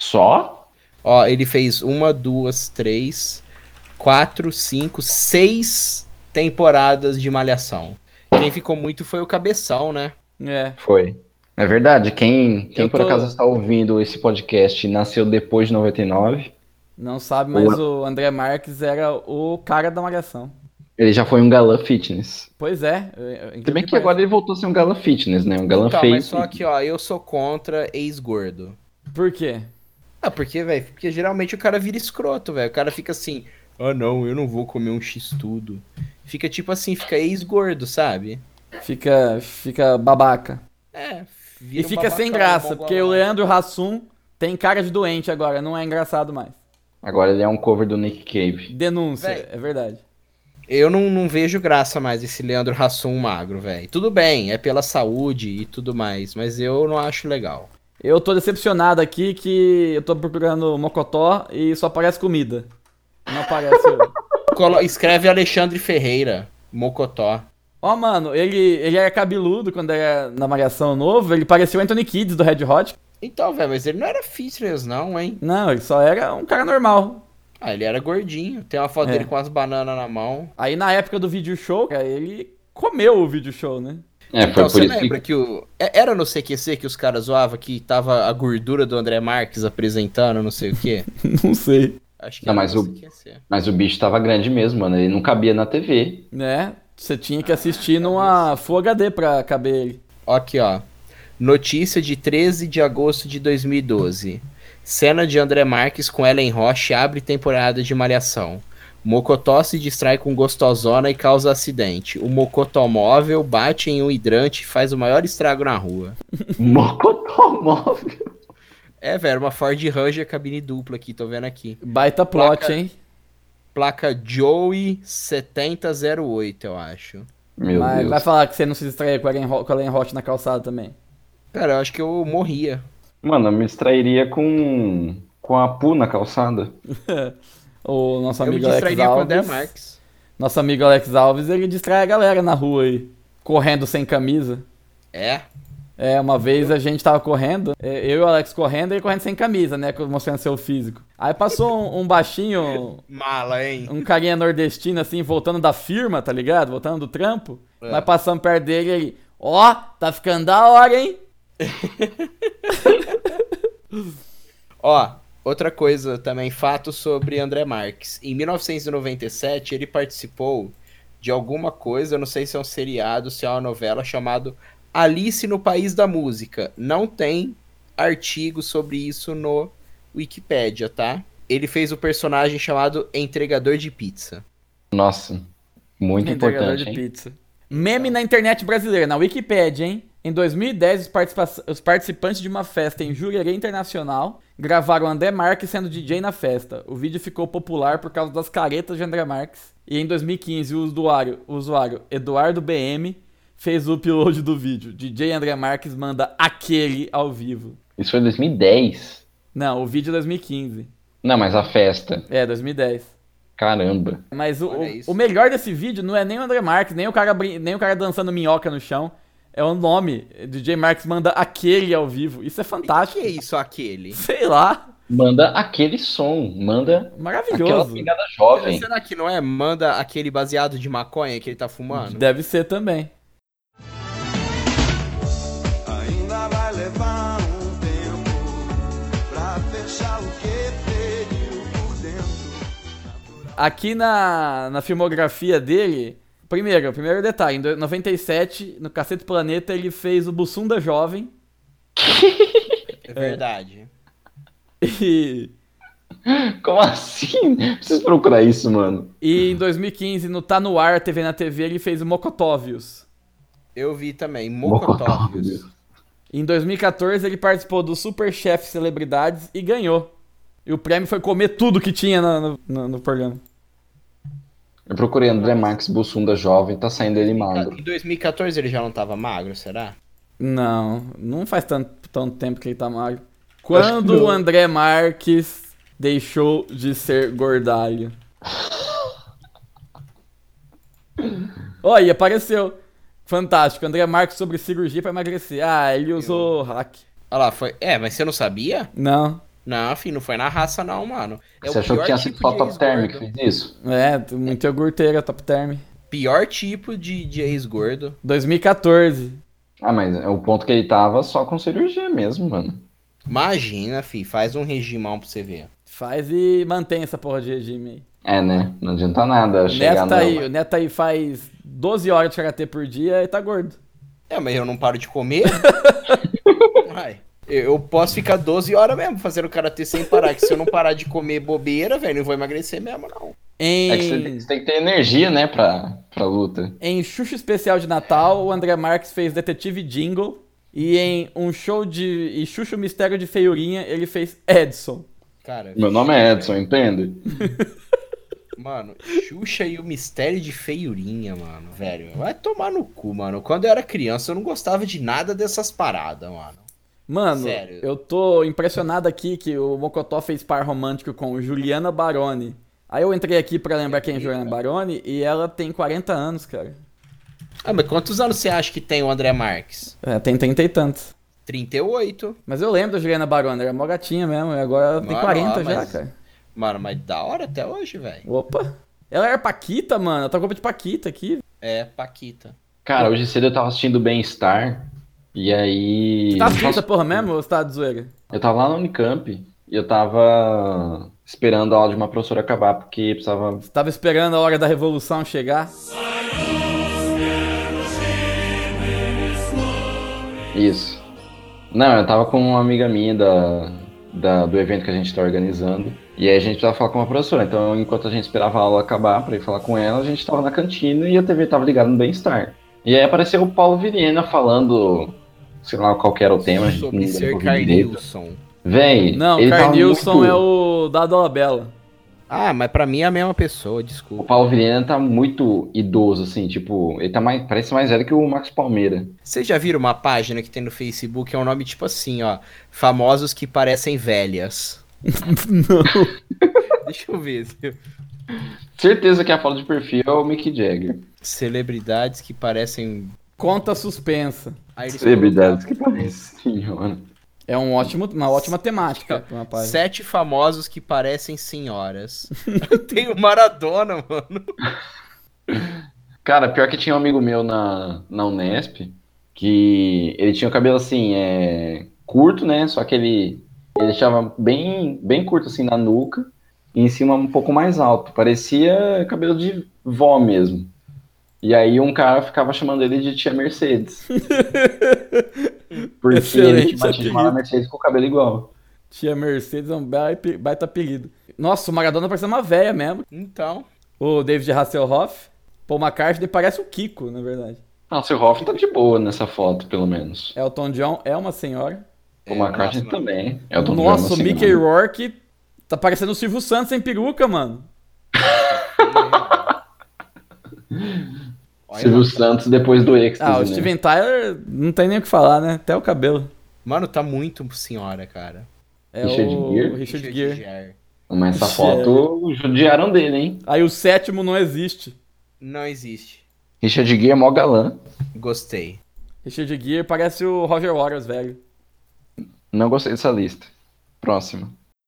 Só? Ó, ele fez uma, duas, três, quatro, cinco, seis temporadas de malhação. Quem ficou muito foi o Cabeção, né? É. Foi. É verdade. Quem, quem Eu por tô- acaso está ouvindo esse podcast e nasceu depois de noventa e nove, Não sabe, mas o André Marques era o cara da malhação. ele já foi um galã fitness. Pois é. eu- eu- Se bem que agora ele voltou a ser um galã fitness, né? Um galã Então, feio. mas só que, ó, eu sou contra ex-gordo. Por quê? Ah, porque, velho, porque geralmente o cara vira escroto, velho. O cara fica assim, ah não, eu não vou comer um x-tudo. Fica tipo assim, fica ex-gordo, sabe? Fica, fica babaca. É, E vira um fica sem babacão, graça, mongolão. porque o Leandro Hassum tem cara de doente agora, não é engraçado mais. Agora ele é um cover do Nick Cave. Denúncia, Véi. é verdade. Eu não, não vejo graça mais esse Leandro Hassum magro, velho. Tudo bem, é pela saúde e tudo mais, mas eu não acho legal. Eu tô decepcionado aqui que eu tô procurando mocotó e só aparece comida. Não aparece... Colo- Escreve Alexandre Ferreira, Mocotó. Ó, mano, ele, ele era cabeludo quando era na Malhação Novo, ele parecia o Anthony Kidd do Red Hot. Então, velho, mas ele não era fitness não, hein? Não, ele só era um cara normal. Ah, ele era gordinho. Tem uma foto É. dele com as bananas na mão. Aí na época do vídeo show, cara, ele comeu o vídeo show, né? É, foi Então, por você isso lembra que... que o... é- Era no C Q C que os caras zoavam que tava a gordura do André Marques apresentando, não sei o quê? Não sei. Acho que Não, era mas no o- C Q C. Mas o bicho tava grande mesmo, mano. Ele não cabia na T V. Né? Você tinha que assistir numa Full H D pra caber ele. Ó aqui, ó. Notícia de treze de agosto de dois mil e doze. Cena de André Marques com Ellen Roche abre temporada de Malhação. Mocotó se distrai com gostosona e causa acidente. O mocotomóvel bate em um hidrante e faz o maior estrago na rua. Mocotomóvel. É, velho, uma Ford Ranger cabine dupla aqui, tô vendo aqui. Baita plot, Placa- hein? Placa Joey setenta zero oito, eu acho. Meu Mas Deus. vai falar que você não se distraia com a Ellen Ro- com a Ellen Roche na calçada também. Cara, eu acho que eu morria. Mano, eu me distrairia com... Com a Pu na calçada. O nosso eu me amigo Alex distrairia com o André Alves. Marques. Nosso amigo Alex Alves, ele distrai a galera na rua aí. Correndo sem camisa. É? É, uma vez a gente tava correndo, é, eu e o Alex correndo e ele correndo sem camisa, né? Mostrando seu físico. Aí passou um, um baixinho, Mala, hein? um carinha nordestino, assim, voltando da firma, tá ligado? Voltando do trampo. É. Nós passamos perto dele e ele, ó, tá ficando da hora, hein? Ó, outra coisa também, fato sobre André Marques. Em mil novecentos e noventa e sete, ele participou de alguma coisa, eu não sei se é um seriado, se é uma novela, chamado Alice no País da Música. Não tem artigo sobre isso no Wikipédia, tá? Ele fez o personagem chamado Entregador de Pizza. Nossa, muito Entregador importante, de hein? pizza. Meme na internet brasileira, na Wikipédia, hein? Em dois mil e dez, os, participa- os participantes de uma festa em Jurerê Internacional gravaram André Marques sendo D J na festa. O vídeo ficou popular por causa das caretas de André Marques. E em dois mil e quinze, o usuário, o usuário Eduardo B M fez o upload do vídeo. D J André Marques manda aquele ao vivo. Isso foi em dois mil e dez? Não, o vídeo é dois mil e quinze. Não, mas a festa. É, dois mil e dez. Caramba. Mas o, Olha o, isso. o melhor desse vídeo não é nem o André Marques, nem o cara, brin- nem o cara dançando minhoca no chão. É o nome. D J Marques manda aquele ao vivo. Isso é O que fantástico. é isso, aquele? Sei lá. Manda aquele som. Manda aquela Maravilhoso. pegada jovem. Será que não é? Manda aquele baseado de maconha que ele tá fumando? Deve ser também. Ainda vai levar um tempo pra fechar o que feriu por dentro. Aqui na, na filmografia dele, primeiro, primeiro detalhe, em noventa e sete, no Cacete Planeta, ele fez o Bussunda Jovem. É verdade. E, Como assim? Preciso procurar isso, mano. e em dois mil e quinze, no Tá No Ar, T V na T V, ele fez o Mocotóvios. Eu vi também, Mocotóvios. Mocotóvios. Em dois mil e quatorze, ele participou do Super Chef Celebridades e ganhou. E o prêmio foi comer tudo que tinha no, no, no- no programa. Eu procurei André Marques Bussunda jovem, tá saindo ele magro. Em dois mil e quatorze ele já não tava magro, será? Não, não faz tanto, tanto tempo que ele tá magro. Quando Acho que o não. André Marques deixou de ser gordalho? Ó, e apareceu. Fantástico. André Marques sobre cirurgia pra emagrecer. Ah, ele usou hack. Olha lá, foi. É, mas você não sabia? Não. Não, filho, não foi na raça, não, mano. É Você o achou que pior tinha sido tipo só de Top Term que ex-gordo. fez isso? É, muito iogurteira, top term. Pior tipo de, de ex-gordo. dois mil e quatorze. Ah, mas é o ponto que ele tava só com cirurgia mesmo, mano. Imagina, fi, faz um regimão pra você ver. Faz e mantém essa porra de regime aí. É, né? Não adianta nada O chegar Neto tá no... aí, o Neto aí faz doze horas de karatê por dia e tá gordo. É, mas eu não paro de comer. Vai. Eu, eu posso ficar doze horas mesmo fazendo karatê sem parar. Que se eu não parar de comer bobeira, velho, não vou emagrecer mesmo, não. Em... É que você tem, você tem que ter energia, né, pra, pra luta. Em Xuxa Especial de Natal, o André Marques fez Detetive Jingle. E em um show de... E Xuxa o Mistério de Feiurinha, ele fez Edson. Cara, Meu nome é Edson, entende? mano, Xuxa e o Mistério de Feiurinha, mano, velho. Vai tomar no cu, mano. Quando eu era criança, eu não gostava de nada dessas paradas, mano. Mano, Sério. eu tô impressionado aqui que o Mocotó fez par romântico com Juliana Baroni. Aí eu entrei aqui pra lembrar quem é Juliana Baroni e ela tem quarenta anos, cara. Ah, mas quantos anos você acha que tem o André Marques? É, tem trinta e tantos. trinta e oito. Mas eu lembro da Juliana Baroni, ela é mó gatinha mesmo, e agora ela tem Mano, quarenta ó, já, mas- cara. Mano, mas da hora até hoje, velho. Opa! Ela era Paquita, mano, ela tá com roupa de Paquita aqui. É, Paquita. Cara, hoje cedo eu tava assistindo Bem-Estar. E aí. Você tá assistindo essa porra mesmo ou você tá de zoeira? Eu tava lá na Unicamp e eu tava esperando a aula de uma professora acabar, porque precisava. Você tava esperando a hora da revolução chegar? Isso. Não, eu tava com uma amiga minha da, da- do evento que a gente tá organizando. E aí a gente precisava falar com uma professora. Então, enquanto a gente esperava a aula acabar pra ir falar com ela, a gente tava na cantina e a T V tava ligada no Bem-Estar. E aí apareceu o Paulo Vilhena falando, sei lá qual que era o tema. a gente Sobre não ser ouviu direito. Carnilson. Véi, Não, ele tava Carnilson muito- é o da Dolabella. Ah, mas pra mim é a mesma pessoa, O desculpa. Paulo Vilhena tá muito idoso, assim, tipo, ele tá mais, parece mais velho que o Marcos Palmeira. Vocês já viram uma página que tem no Facebook? É um nome tipo assim, ó. Famosos que parecem velhas. Não. Deixa eu ver. Certeza que a foto de perfil é o Mick Jagger. Celebridades que parecem. Conta suspensa. Aí eles Celebridades que parecem, senhora. É um ótimo, uma ótima temática pra uma colocaram página. Sete famosos que parecem senhoras. Tem o Maradona, mano. Cara, pior que tinha um amigo meu na, na Unesp, que ele tinha o cabelo assim, é, curto, né? Só que ele, ele deixava bem, bem curto assim na nuca e em cima um pouco mais alto. Parecia cabelo de vó mesmo. E aí um cara ficava chamando ele de tia Mercedes. Porque Excelente ele tinha chamado a Mercedes com o cabelo igual. Tia Mercedes é um baita baita apelido. Nossa, o Maradona parecia uma véia mesmo. Então. O David Hasselhoff. Paul McCartney parece o Kiko, na verdade. Nossa, o Hoff tá de boa nessa foto, pelo menos. Elton John é uma senhora. O McCartney nossa, também. Elton John é Nossa, uma o Mickey senhora. Rourke tá parecendo o Silvio Santos sem peruca, mano. Olha Silvio lá. Santos depois do êxtase, Ah, o né? Steven Tyler não tem nem o que falar, né? Até o cabelo. Mano, tá muito senhora, cara. É Richard o Gere? Richard Gere. Gere. Mas essa Ixi, foto judiaram dele, hein? Aí o sétimo não existe. Não existe. Richard Gere é mó galã. Gostei. Richard Gere parece o Roger Waters, velho. Não gostei dessa lista. Próximo.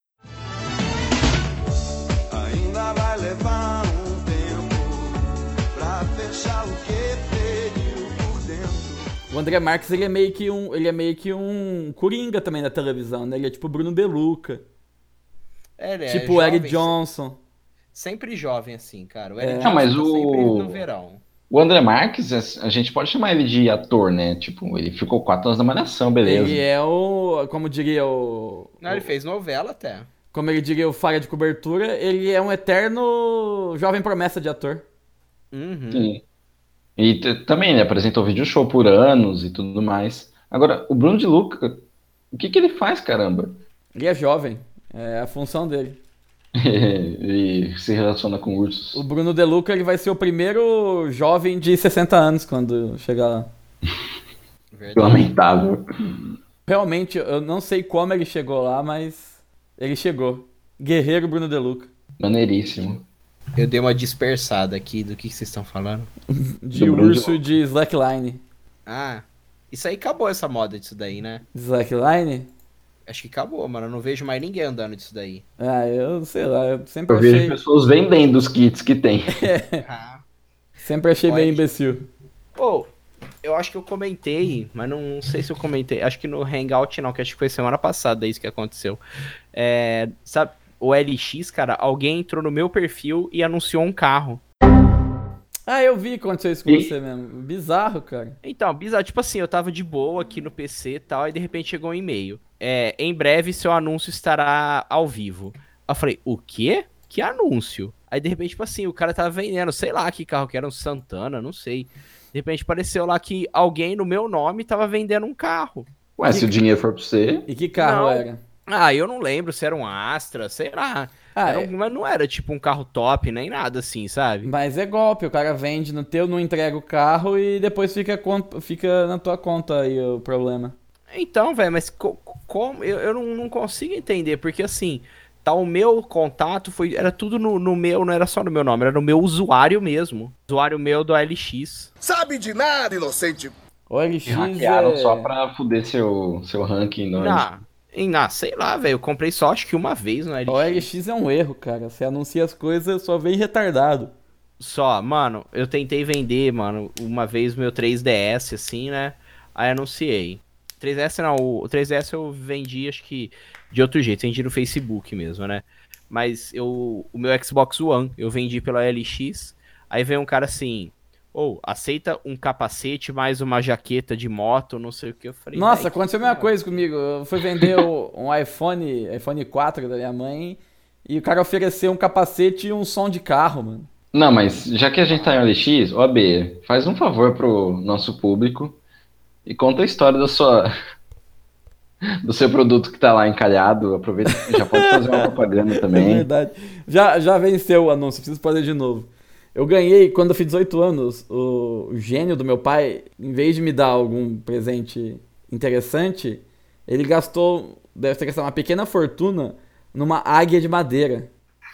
Ainda vai levar um tempo pra fechar o que feriu por dentro. O André Marques, ele é meio que um, ele é meio que um coringa também da televisão, né? Ele é tipo o Bruno De Luca, Ele é tipo o jovem, Eric Johnson. Sempre jovem assim, cara. O É. Eric Ah, mas Johnson tá sempre o- no verão. O André Marques, a gente pode chamar ele de ator, né? Tipo, ele ficou quatro anos na Malhação, beleza. Ele é o, como diria o... Não, ele fez novela até. Como ele diria o Falha de Cobertura, ele é um eterno jovem promessa de ator. Uhum. Sim. E t- também ele apresentou vídeo show por anos e tudo mais. Agora, o Bruno de Luca, o que que ele faz, caramba? Ele é jovem, é a função dele. Ele se relaciona com ursos. O Bruno De Luca, ele vai ser o primeiro jovem de sessenta anos quando chegar lá. Verdade. Lamentável. Realmente, eu não sei como ele chegou lá, mas ele chegou. Guerreiro Bruno De Luca. Maneiríssimo. Eu dei uma dispersada aqui do que que vocês estão falando. De Do Bruno de urso de slackline. Ah, isso aí acabou essa moda disso daí, né? Slackline? Acho que acabou, mano. Eu não vejo mais ninguém andando disso daí. Ah, eu sei lá, eu sempre Eu vejo achei, pessoas vendendo os kits que tem. Ah. sempre achei meio Olha. imbecil. Pô, eu acho que eu comentei, mas não, não sei se eu comentei. Acho que no Hangout não, que acho que foi semana passada isso que aconteceu. É, sabe, o L X, cara, alguém entrou no meu perfil e anunciou um carro. Ah, eu vi que aconteceu isso com E? você mesmo. Bizarro, cara. Então, bizarro, tipo assim, eu tava de boa aqui no P C e tal, e de repente chegou um e-mail. É, em breve seu anúncio estará ao vivo. Eu falei, o quê? Que anúncio? Aí de repente, tipo assim, o cara tava vendendo, sei lá que carro que era, um Santana, não sei. De repente apareceu lá que alguém no meu nome tava vendendo um carro. Ué, se o dinheiro for pra você. E que carro Não. era? Ah, eu não lembro se era um Astra, sei lá. Ah, Era é. um- mas não era tipo um carro top, nem nada assim, sabe? Mas é golpe, o cara vende no teu, não entrega o carro e depois fica, con- fica na tua conta aí o problema. Então, velho, mas co- como eu, eu não, não consigo entender, porque assim, tá o meu contato, foi, era tudo no, no meu, não era só no meu nome, era no meu usuário mesmo. Usuário meu do L X. Sabe de nada, inocente. O L X E hackearam é... só pra fuder seu, seu ranking. Não, Ah, em, ah, sei lá, velho, eu comprei só acho que uma vez no L X. O L X é um erro, cara. Você anuncia as coisas, só vem retardado. Só, mano, eu tentei vender, mano, uma vez meu três D S, assim, né? Aí anunciei. três D S não, o três D S eu vendi, acho que de outro jeito, vendi no Facebook mesmo, né? Mas eu, o meu Xbox One, eu vendi pela L X, aí veio um cara assim, ou, aceita um capacete mais uma jaqueta de moto, não sei o que, eu falei... Nossa, "Véi, aconteceu a que mesma cara?" coisa comigo. Eu fui vender o- um iPhone, iPhone quatro da minha mãe e o cara ofereceu um capacete e um som de carro, mano. Não, mas já que a gente tá em O L X, ó, B, faz um favor pro nosso público e conta a história da sua. Do seu produto que tá lá encalhado. Aproveita que já pode fazer uma propaganda É também. verdade. Já, já venceu o anúncio, preciso fazer de novo. Eu ganhei, quando eu fiz dezoito anos, o gênio do meu pai, em vez de me dar algum presente interessante, ele gastou, deve ter gastado uma pequena fortuna numa águia de madeira.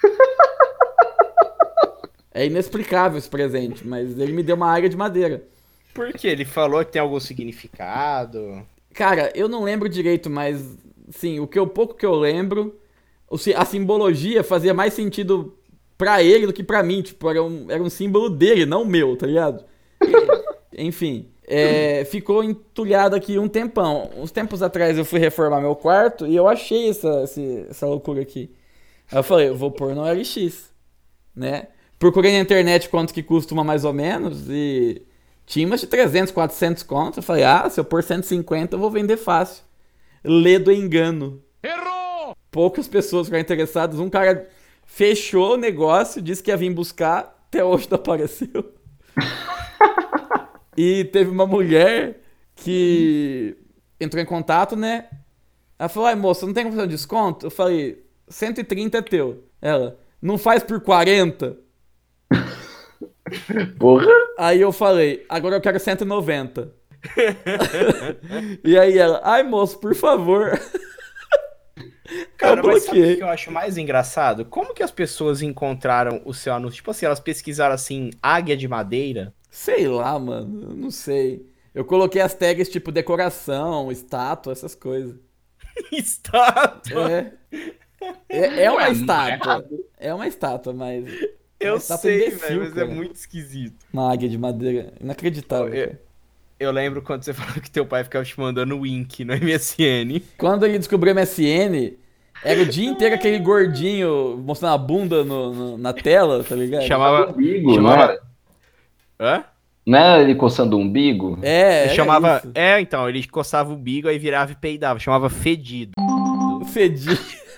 É inexplicável esse presente, mas ele me deu uma águia de madeira. Por quê? Ele falou que tem algum significado? Cara, eu não lembro direito, mas sim, o que eu, pouco que eu lembro, o si- a simbologia fazia mais sentido pra ele do que pra mim, tipo, era um, era um símbolo dele, não meu, tá ligado? E- enfim, é, ficou entulhado aqui um tempão. Uns tempos atrás eu fui reformar meu quarto e eu achei essa, esse- essa loucura aqui. Aí eu falei, eu vou pôr no L X, né? Procurei na internet quanto que custa uma mais ou menos e tinha umas de trezentos, quatrocentos conto. Eu falei, ah, se eu pôr cento e cinquenta eu vou vender fácil. Lê do engano. Errou! Poucas pessoas ficaram interessadas. Um cara fechou o negócio, disse que ia vir buscar, até hoje não apareceu. E teve uma mulher que entrou em contato, né? Ela falou, ai moça, não tem como fazer um desconto? Eu falei, cento e trinta é teu. Ela, não faz por quarenta? Porra. Aí eu falei, agora eu quero cento e noventa. E aí ela, ai moço, por favor. Cara, eu mas sabe o bloqueei. que eu acho mais engraçado? Como que as pessoas encontraram o seu anúncio? Tipo assim, elas pesquisaram assim, águia de madeira. Sei lá, mano, eu não sei. Eu coloquei as tags tipo decoração, estátua, essas coisas. Estátua. É. É, é uma Ué, não é estátua. errado. É uma estátua, mas. Eu uma estátua sei, imbecil, velho, mas é cara. muito esquisito. Uma águia de madeira. Inacreditável. Eu, cara. eu lembro quando você falou que teu pai ficava te mandando wink no M S N. Quando ele descobriu o M S N, era o dia inteiro aquele gordinho mostrando a bunda no, no- na tela, tá ligado? Chamava. Umbigo, não chamava... era? Hã? Não era ele coçando o umbigo? É, Ele era chamava. isso. É, então, ele coçava o bigo, aí virava e peidava. Chamava fedido. Fedi.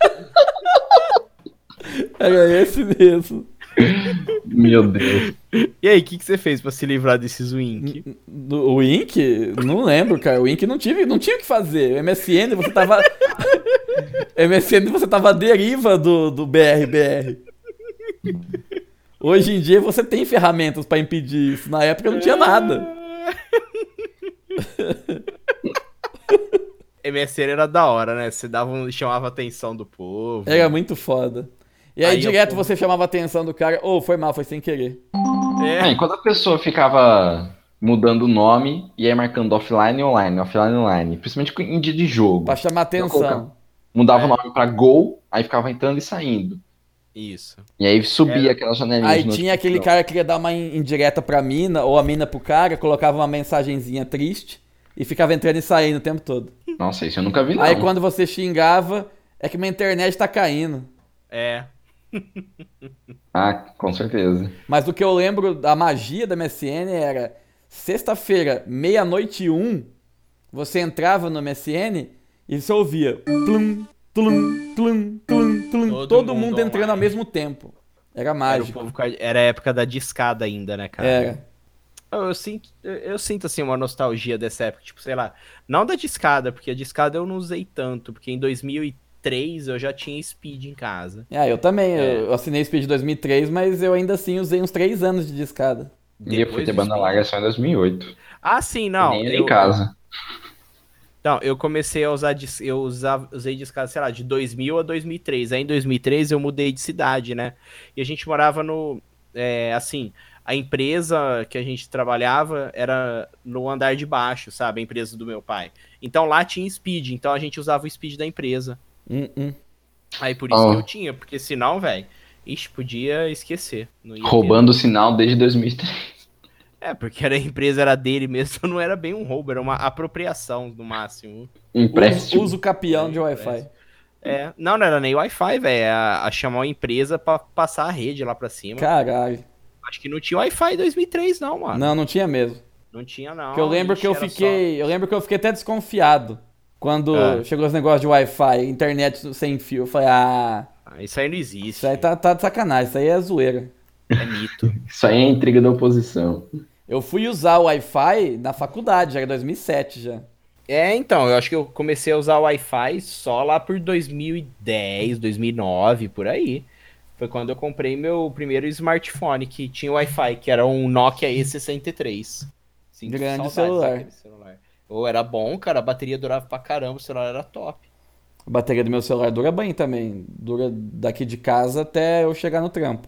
Era esse mesmo. Meu Deus. E aí, o que, que você fez pra se livrar desses wink? Do- O Wink? Não lembro, cara. O Wink não, tive, não tinha o que fazer. O M S N você tava. M S N você tava à deriva do, do B R B R. Hoje em dia você tem ferramentas pra impedir isso. Na época não tinha nada. M S N era da hora, né? Você dava um, chamava a atenção do povo. Era muito foda. E aí, Aí eu- direto você chamava a atenção do cara. Ô, foi mal, foi sem querer. É. É, e quando a pessoa ficava mudando o nome e aí marcando offline e online, offline e online, principalmente em dia de jogo. Pra chamar Eu colocava- atenção. Mudava É. o nome pra Gol, aí ficava entrando e saindo. Isso. E aí subia aquela janelinha Aí de tinha notificação. aquele cara que queria dar uma in- indireta pra mina, ou a mina pro cara, colocava uma mensagenzinha triste e ficava entrando e saindo o tempo todo. Nossa, isso eu nunca vi, não. Aí quando você xingava, é que minha internet tá caindo. É. Ah, com certeza. Mas o que eu lembro da magia da M S N era sexta-feira, meia-noite e um, você entrava no M S N e você ouvia plum, plum, plum, plum, plum, Todo todo, mundo mundo entrando online. ao mesmo tempo. Era Era, o mágico. povo com a- era a época da discada ainda, né, cara? Era. Eu, eu sinto, eu, eu sinto, assim, uma nostalgia dessa época. Tipo, sei lá, não da discada, porque a discada eu não usei tanto. Porque em dois mil e três eu já tinha Speed em casa. Ah, eu também. É. Eu assinei Speed em dois mil e três, mas eu ainda assim usei uns três anos de discada. E eu fui Depois ter do banda Speed. larga só em dois mil e oito. Ah, sim, não. Nem era eu, em casa. Não, eu comecei a usar, dis- eu usava, usei discada, sei lá, de dois mil a dois mil e três. Aí em dois mil e três eu mudei de cidade, né? E a gente morava no, é, assim, a empresa que a gente trabalhava era no andar de baixo, sabe? A empresa do meu pai. Então lá tinha Speed, então a gente usava o Speed da empresa. Hum, hum. Aí por isso Oh. que eu tinha, porque senão, velho, ixi, podia esquecer. Não ia ter. Roubando o sinal desde dois mil e três. É, porque era, a empresa era dele mesmo, não era bem um roubo, era uma apropriação no máximo. Empréstimo. Uso, uso capião de Wi-Fi. É, não, não era nem Wi-Fi, velho, é a, a chamar uma empresa pra passar a rede lá pra cima. Caralho. Acho que não tinha Wi-Fi em dois mil e três não, mano. Não, não tinha mesmo. Não tinha não. Porque eu lembro Ixi, que eu era fiquei. Eu lembro que eu fiquei até desconfiado quando Ah. chegou os negócios de Wi-Fi, internet sem fio. Eu falei, ah, só- Ah, isso aí não existe. isso aí tá, tá de sacanagem, isso aí é zoeira. É mito. Isso aí é intriga da oposição. Eu fui usar o Wi-Fi na faculdade, já era dois mil e sete já. É, então, eu acho que eu comecei a usar o Wi-Fi só lá por dois mil e dez, dois mil e nove, por aí. Foi quando eu comprei meu primeiro smartphone que tinha Wi-Fi, que era um Nokia E sessenta e três. Sinto Grande saudades celular. daquele celular. Ou era bom, cara, a bateria durava pra caramba, o celular era top. A bateria do meu celular dura bem também. Dura daqui de casa até eu chegar no trampo.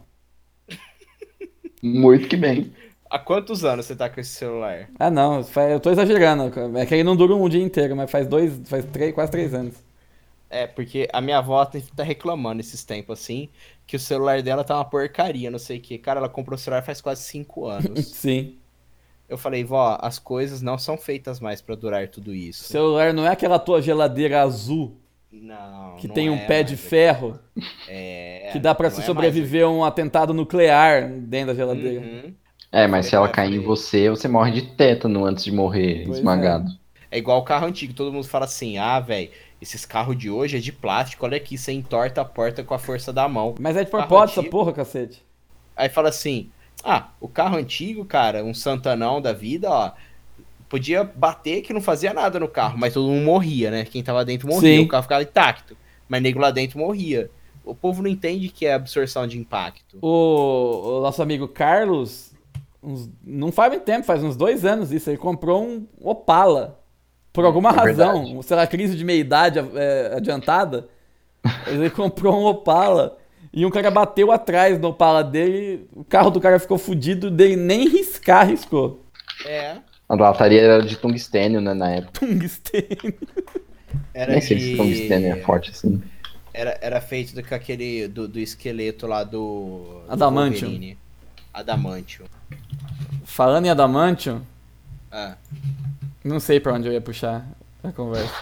Muito que bem. Há quantos anos você tá com esse celular? Ah não, faz- eu tô exagerando. É que ele não dura um dia inteiro, mas faz dois, faz três, quase três anos. É, porque a minha avó tá reclamando esses tempos assim, que o celular dela tá uma porcaria, não sei o que. Cara, ela comprou o celular faz quase cinco anos. Sim. Eu falei, vó, as coisas não são feitas mais pra durar tudo O isso. celular não é aquela tua geladeira azul Não. que não tem um é pé mais de aquilo. ferro É. que dá pra não se é sobreviver a um atentado nuclear dentro da mais- geladeira. Uhum. É, mas se ela É, cair em falei. você, você morre de tétano antes de morrer Pois esmagado. É igual o carro antigo, todo mundo fala assim, ah, velho, esses carros de hoje é de plástico, olha aqui, você entorta a porta com a força da mão. Mas é de Carro propósito essa antigo. porra, cacete. Aí fala assim, Ah, o carro antigo, cara, um Santanão da vida, ó, podia bater que não fazia nada no carro, mas todo mundo morria, né? Quem tava dentro morria, Sim. o carro ficava intacto, mas nego lá dentro morria. O povo não entende que é absorção de impacto. O, o nosso amigo Carlos, uns- não faz muito tempo, faz uns dois anos isso, ele comprou um Opala. Por alguma É razão, verdade. sei lá, crise de meia-idade é, adiantada, ele comprou um Opala e um cara bateu atrás do Opala dele, o carro do cara ficou fudido, dele nem riscar riscou. É, A lataria era de tungstênio, né, na época. Tungstênio. era Nem sei se de... tungstênio é forte assim. Era, era feito do, com aquele, do, do esqueleto lá do... do Adamantium. Wolverine. Adamantium. Falando em Adamantium, Ah. não sei pra onde eu ia puxar a conversa.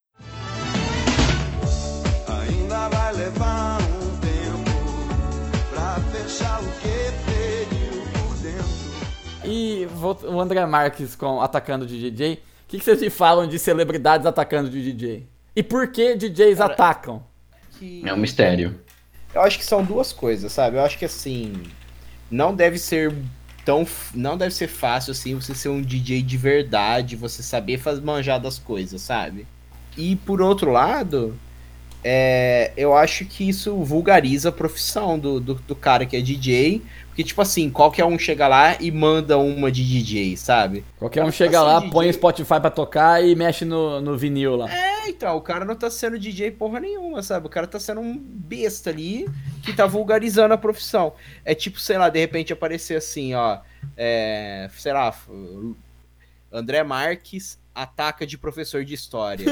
Ainda vai levar um tempo pra fechar o que feriu por dentro. E vou- o André Marques com, atacando de D J. O que, que vocês me falam de celebridades atacando de D J? E por que D Js Cara, atacam? Que... É um mistério. Eu acho que são duas coisas, sabe? Eu acho que assim, não deve ser tão, f- não deve ser fácil assim você ser um D J de verdade, você saber fazer manjar das coisas, sabe? E por outro lado, é, eu acho que isso vulgariza a profissão do, do, do cara que é D J, porque tipo assim, qualquer um chega lá e manda uma de D J, sabe? Qualquer um chega Assim, lá, D J põe o Spotify pra tocar e mexe no, no vinil lá. É, então, o cara não tá sendo D J porra nenhuma, sabe? O cara tá sendo um besta ali que tá vulgarizando a profissão. É tipo, sei lá, de repente aparecer assim, ó. É, sei lá, f- André Marques ataca de professor de história.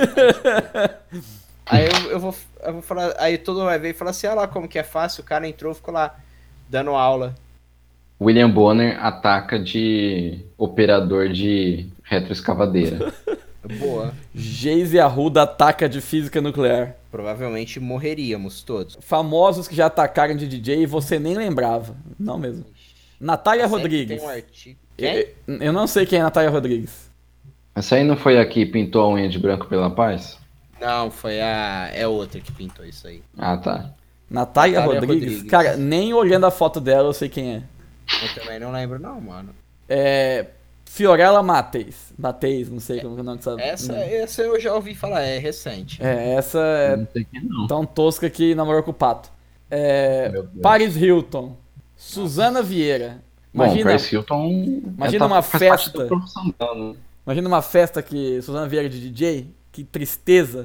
Aí, tipo, aí eu, eu, vou, eu vou falar. Aí todo mundo vai ver e falar assim: ah lá, como que é fácil. O cara entrou, ficou lá dando aula. William Bonner ataca de operador de retroescavadeira. Boa. Geise Arruda ataca de física nuclear. Provavelmente morreríamos todos. Famosos que já atacaram de D J e você nem lembrava. Não mesmo. Natália Sempre Rodrigues. Tem um artigo. Quem? Eu, eu não sei quem é Natália Rodrigues. Essa aí não foi a que pintou a unha de branco pela paz? Não, foi a. É outra que pintou isso aí. Ah, tá. Natália, Natália Rodrigues? Rodrigues. Cara, nem olhando a foto dela eu sei quem é. Eu também não lembro, não, mano. É. Fiorella Mateis. Mateis, não sei como é o nome dessa. Essa, não. essa eu já ouvi falar, é recente. É, essa é Não sei quem não. tão tosca que namorou com o Pato. É, Meu Deus. Paris Hilton. Suzana Vieira. Bom, Imagina, Paris Hilton... imagina é, uma faz parte festa. da profissão dela, né? imagina uma festa que Suzana Vieira de D J. Que tristeza.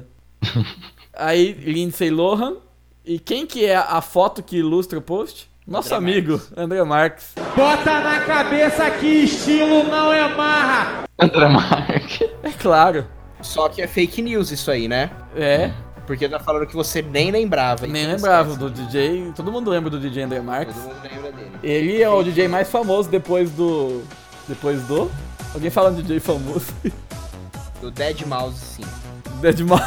Aí Lindsay Lohan. E quem que é a foto que ilustra o post? Nosso André amigo, Marques. André Marques. Bota na cabeça que estilo não é marra. André Marques. É claro. Só que é fake news isso aí, né? É, Porque tá falando que você nem lembrava. nem então lembrava esquece. do D J. Todo mundo lembra do D J André Marques. Todo mundo lembra dele. Ele é o D J mais famoso depois do. Depois do. Alguém fala um D J famoso. Do Dead Mouse cinco. Dead Mouse.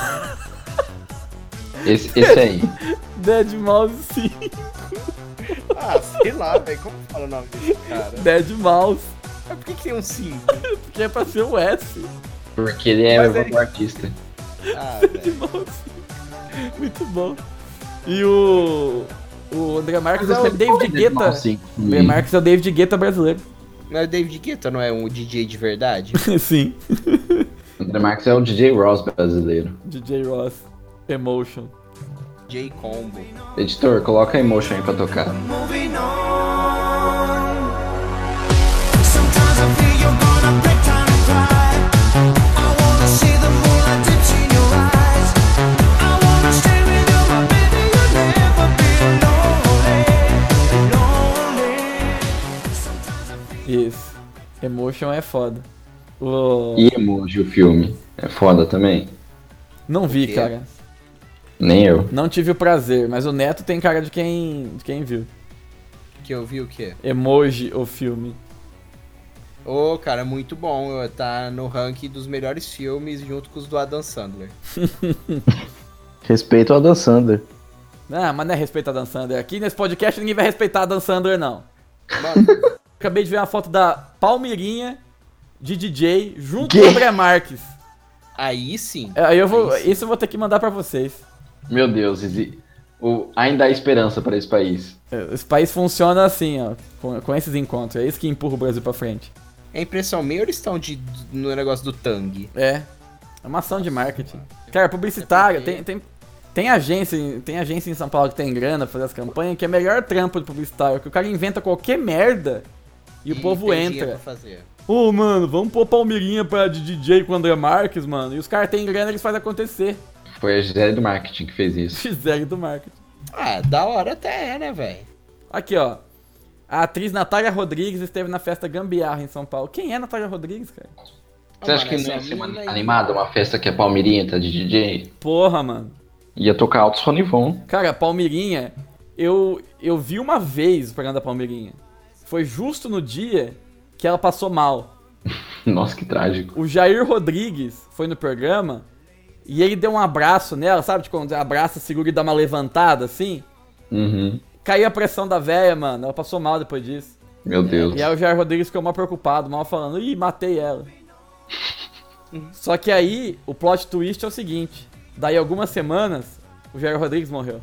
Esse, esse aí. Dead Mouse sim. Ah, sei lá, velho. Como fala o nome desse cara? Dead Mouse. Mas por que, que tem um cinco? Porque é pra ser o S. Porque ele é Mas o ele- artista. Ah, Dead velho. Mouse. Muito bom. E o. O André Marques é o David Guetta. André Marques é o David Guetta brasileiro. Mas o David Guetta não é um D J de verdade? Sim. André Marques é o D J Ross brasileiro. D J Ross. Emotion. J Combo. Editor, coloca a Emotion aí pra tocar. Moving on. Sometimes I feel you're gonna break down and cry. I wanna see the moonlight dips in your eyes. I wanna stay with you, my baby. You'll never be lonely, lonely. Isso. Emotion é foda. O... E Emoji, o filme. É foda também? Não vi, quê? cara. Nem eu. Não tive o prazer, mas o Neto tem cara de quem, de quem viu. Que eu vi o quê? Emoji, o filme. Ô, cara, muito bom. Tá no ranking dos melhores filmes junto com os do Adam Sandler. Respeito ao Dan Sander. Ah, mas não é respeitar a Dan Sandler. Aqui nesse podcast ninguém vai respeitar a Dan Sandler, não. Mano, Acabei de ver uma foto da Palmeirinha de D J junto Quê? com o André Marques. aí sim. Aí eu vou. Aí sim. Isso eu vou ter que mandar pra vocês. Meu Deus, exi... O, ainda há esperança para esse país. Esse país funciona assim, ó, com, com esses encontros. É isso que empurra o Brasil pra frente. É impressão minha ou eles estão de, no negócio do Tang? É. É uma ação de marketing. Cara, publicitário, tem, tem, tem, agência, tem agência em São Paulo que tem grana pra fazer as campanhas, que é melhor trampo de publicitário, que o cara inventa qualquer merda e, e o povo entra. Ô, oh, mano, vamos pôr Palmeirinha pra de D J com o André Marques, mano. E os caras têm grana, eles fazem acontecer. Foi a Gisele do marketing que fez isso. Gisele do marketing. Ah, da hora até é, né, velho? Aqui, ó. A atriz Natália Rodrigues esteve na festa Gambiarra em São Paulo. Quem é Natália Rodrigues, cara? Você acha que não ia ser uma animada, uma festa que a Palmeirinha tá de D J? Porra, mano. Ia tocar altos Ronivon. Cara, a Palmeirinha, eu, eu vi uma vez o programa da Palmeirinha. Foi justo no dia que ela passou mal. Nossa, que trágico. O Jair Rodrigues foi no programa e ele deu um abraço nela, sabe? Tipo, quando abraça, segura e dá uma levantada, assim. Uhum. Caiu a pressão da véia, mano. Ela passou mal depois disso. Meu Deus. E aí o Jair Rodrigues ficou mal preocupado, mal falando, ih, matei ela. Só que aí, o plot twist é o seguinte. Daí algumas semanas, o Jair Rodrigues morreu.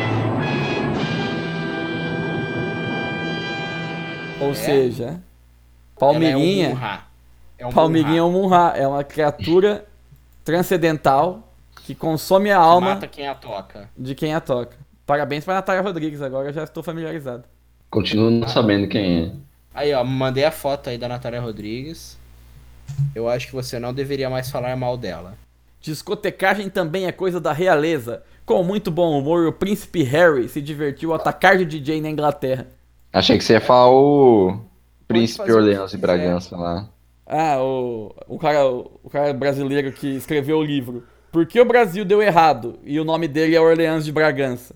Ou é? seja, Palmeirinha... É um Munha. É um Palmeirinha é um Munha. É uma criatura transcendental que consome a alma mata quem a toca. de quem a toca. Parabéns pra Natália Rodrigues, agora eu já estou familiarizado. Continuo não sabendo quem é. Aí, ó, mandei a foto aí da Natália Rodrigues. Eu acho que você não deveria mais falar mal dela. Discotecagem também é coisa da realeza. Com muito bom humor, o príncipe Harry se divertiu ao atacar de D J na Inglaterra. Achei que você ia falar o príncipe fazer o que Orleans de quiser. Bragança lá. Ah, o, o, cara, o cara brasileiro que escreveu o livro. Por que o Brasil deu errado? E o nome dele é Orleans de Bragança.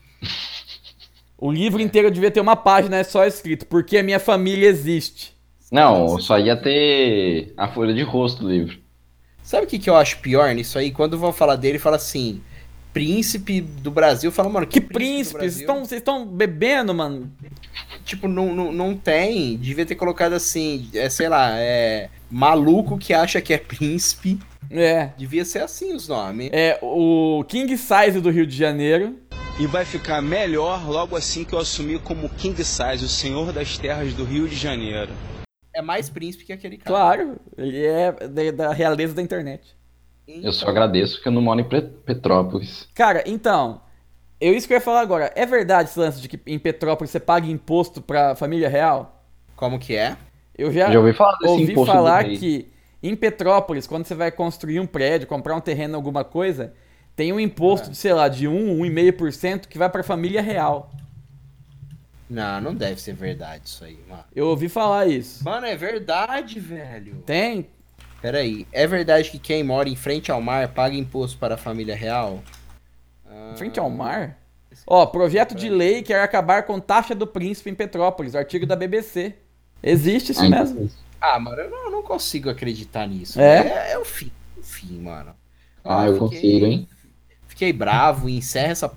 O livro inteiro devia ter uma página só escrito Por que a minha família existe. Não, só ia ter a folha de rosto do livro. Sabe o que, que eu acho pior nisso aí? Quando vão falar dele, fala assim, príncipe do Brasil. Fala, mano, que, Que príncipe? Vocês estão, vocês estão bebendo, mano? Tipo, não, não, não tem. Devia ter colocado assim, é, sei lá, é maluco que acha que é príncipe. É. Devia ser assim os nomes. É o King Size do Rio de Janeiro. E vai ficar melhor logo assim que eu assumir como King Size, o senhor das terras do Rio de Janeiro. É mais príncipe que aquele cara. Claro, ele é da, da realeza da internet. Então, Eu só agradeço que eu não moro em Pre- Petrópolis. Cara, então, eu isso que eu ia falar agora. É verdade esse lance de que em Petrópolis você paga imposto pra família real? Como que é? Eu já, Já ouvi falar desse ouvi imposto falar do rei. que em Petrópolis, quando você vai construir um prédio, comprar um terreno, alguma coisa, tem um imposto de, sei lá, de um, um vírgula cinco por cento que vai pra família real. Não, não deve ser verdade isso aí, mano. Eu ouvi falar isso. Mano, é verdade, velho. Tem? Peraí, é verdade que quem mora em frente ao mar paga imposto para a família real? Em frente ao mar? Ó, projeto de lei quer acabar com taxa do príncipe em Petrópolis, artigo da B B C. Existe isso Ai, mesmo. Ah, mano, eu não, eu não consigo acreditar nisso. É? É, é o fim, o fim, mano. Ah, eu fiquei- consigo, hein? Fiquei bravo e encerra essa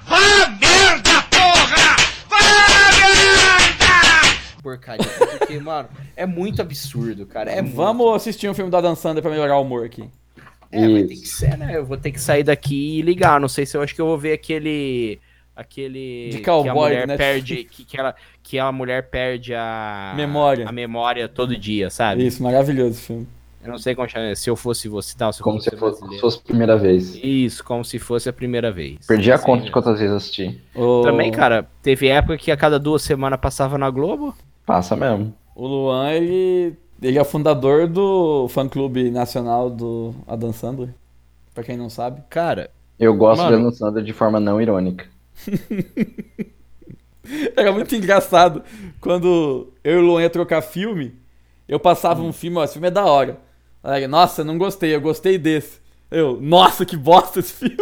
porcaria. Porque, mano, é muito absurdo, cara. É muito. Vamos assistir um filme da Dan Sandler pra melhorar o humor aqui. É, vai ter Isso. que ser, né? Eu vou ter que sair daqui e ligar. Não sei se eu acho que eu vou ver aquele. Aquele. De cowboy, que a mulher né? perde. Que, que, ela, que a mulher perde a. Memória. A memória todo dia, sabe? Isso, maravilhoso esse filme. Eu não sei como chama. Se eu fosse você, tal. Se eu Como fosse se fosse, brasileiro. fosse a primeira vez. Isso, como se fosse a primeira vez. Perdi a Assim, conta de quantas vezes assisti. O... Também, cara, teve época que a cada duas semanas passava na Globo. Passa mesmo. O Luan, ele, ele é o fundador do fã-clube nacional do Adam Sandler. Pra quem não sabe. Cara, Eu gosto Mano. de Adam Sandler de forma não irônica. Era muito engraçado. Quando eu e o Luan ia trocar filme, eu passava um filme, ó, esse filme é da hora. Aí, nossa, não gostei, eu gostei desse. Eu, nossa, que bosta esse filme.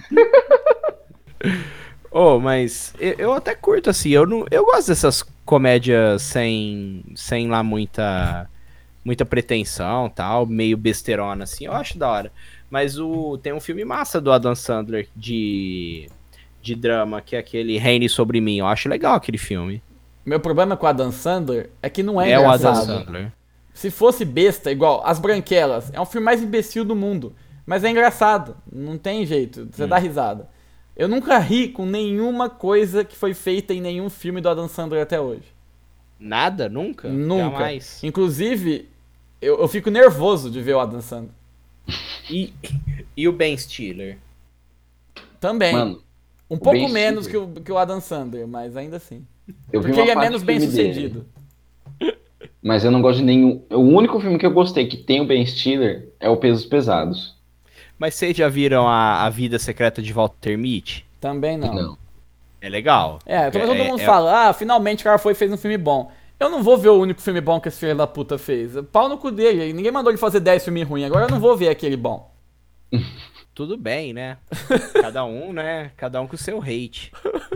oh, mas eu, eu até curto assim, eu não, eu gosto dessas comédias sem, sem lá muita muita pretensão, tal, meio besterona assim, eu acho da hora. Mas o tem um filme massa do Adam Sandler de de drama, que é aquele Reine sobre mim. Eu acho legal aquele filme. Meu problema com o Adam Sandler é que não é, É o Adam engraçado. Sandler. Se fosse besta, igual As Branquelas, é um filme mais imbecil do mundo. Mas é engraçado, não tem jeito, você dá risada. Eu nunca ri com nenhuma coisa que foi feita em nenhum filme do Adam Sandler até hoje. Nada? Nunca? Nunca. Jamais. Inclusive, eu, eu fico nervoso de ver o Adam Sandler. E, e o Ben Stiller? Também. Mano, um o pouco Ben menos Stiller. que o, que o Adam Sandler, mas ainda assim. eu vi Porque uma ele é parte menos do bem filme dele, sucedido. mas eu não gosto de nenhum. O único filme que eu gostei que tem o Ben Stiller é o Pesos Pesados. Mas vocês já viram a, a Vida Secreta de Walter Mitty? Também não. Não. É legal. É, todo é, mundo é- fala, ah, finalmente o cara foi e fez um filme bom. Eu não vou ver o único filme bom que esse filho da puta fez. Pau no cu dele. Ninguém mandou ele fazer dez filmes ruins. Agora eu não vou ver aquele bom. Tudo bem, né? Cada um, né? Cada um com o seu hate.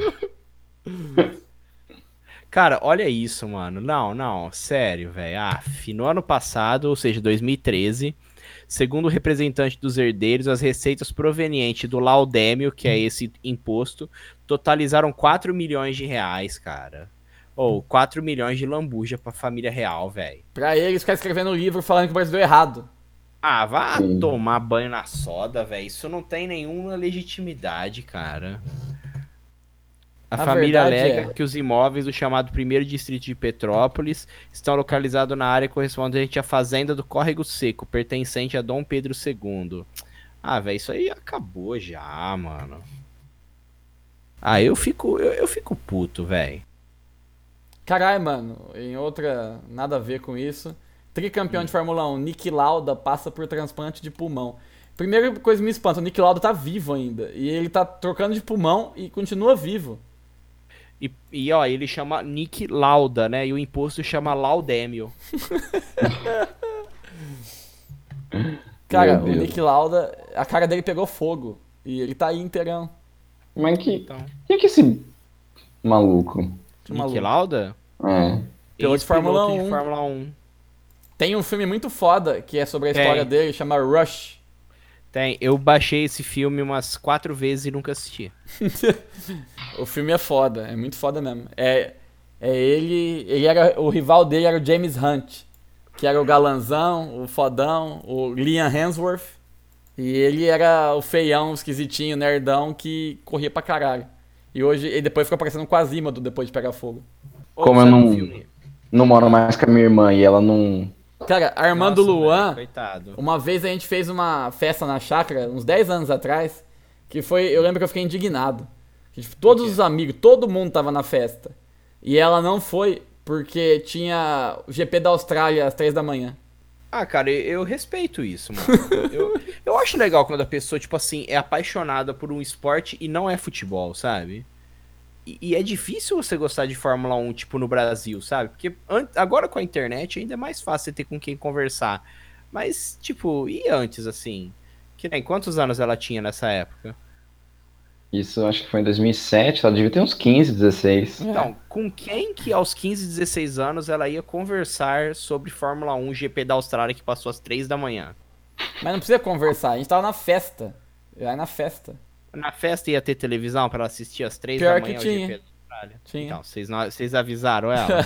Cara, olha isso, mano. Não, não, sério, velho. Ah, no ano passado, ou seja, dois mil e treze, segundo o representante dos herdeiros, as receitas provenientes do laudêmio, que é esse imposto, totalizaram quatro milhões de reais, cara. Ou quatro milhões de lambuja pra família real, velho. Pra eles ficar escrevendo um livro falando que o Brasil deu errado. Ah, vá Sim. tomar banho na soda, velho. Isso não tem nenhuma legitimidade, cara. A, A família verdade alega é- que os imóveis do chamado primeiro distrito de Petrópolis estão localizados na área correspondente à fazenda do Córrego Seco, pertencente a Dom Pedro segundo. Ah, velho, isso aí acabou já, mano. Ah, eu fico, eu, eu fico puto, velho. Caralho, mano, em outra, nada a ver com isso. Tricampeão de Fórmula um, Niki Lauda passa por transplante de pulmão. Primeira coisa que me espanta, o Niki Lauda tá vivo ainda. E ele tá trocando de pulmão e continua vivo. E, e ó, ele chama Nick Lauda, né? E o imposto chama laudêmio. Cara, Meu o Deus. Niki Lauda, a cara dele pegou fogo. E ele tá aí inteirão. Mas que. Então, Quem é que é esse maluco? Que Nick maluco. Lauda? É. Piloto de Fórmula Ex-piloto um. de Fórmula um. Tem um filme muito foda que é sobre a Tem. história dele, chama Rush. Tem, eu baixei esse filme umas quatro vezes e nunca assisti. O filme é foda, é muito foda mesmo. É, é ele, ele era, o rival dele era o James Hunt, que era o galanzão, o fodão, o Liam Hemsworth. E ele era o feião, o esquisitinho, nerdão, que corria pra caralho. E hoje, ele depois ficou parecendo um Quasimodo depois de pegar fogo. Como eu sabe não- um filme? Não moro mais com a minha irmã e ela não. Cara, Armando Nossa, Luan, velho, coitado. uma vez a gente fez uma festa na chácara, uns dez anos atrás, que foi, eu lembro que eu fiquei indignado. Que, tipo, todos os amigos, todo mundo tava na festa. E ela não foi porque tinha o G P da Austrália às três da manhã. Ah, cara, eu, eu respeito isso, mano. eu, eu acho legal quando a pessoa, tipo assim, é apaixonada por um esporte e não é futebol, sabe? E, e é difícil você gostar de Fórmula um, tipo, no Brasil, sabe? Porque an- agora com a internet ainda é mais fácil você ter com quem conversar. Mas, tipo, e antes, assim? Que nem quantos anos ela tinha nessa época? Isso acho que foi em dois mil e sete, ela devia ter uns quinze, dezesseis. Então, com quem que aos quinze, dezesseis anos ela ia conversar sobre Fórmula um G P da Austrália que passou às três da manhã? Mas não precisa conversar, a gente tava na festa. Vai na festa. Na festa ia ter televisão pra ela assistir às três Pior da que manhã o tinha. G P da Austrália? Tinha. Então, vocês, não, vocês avisaram ela?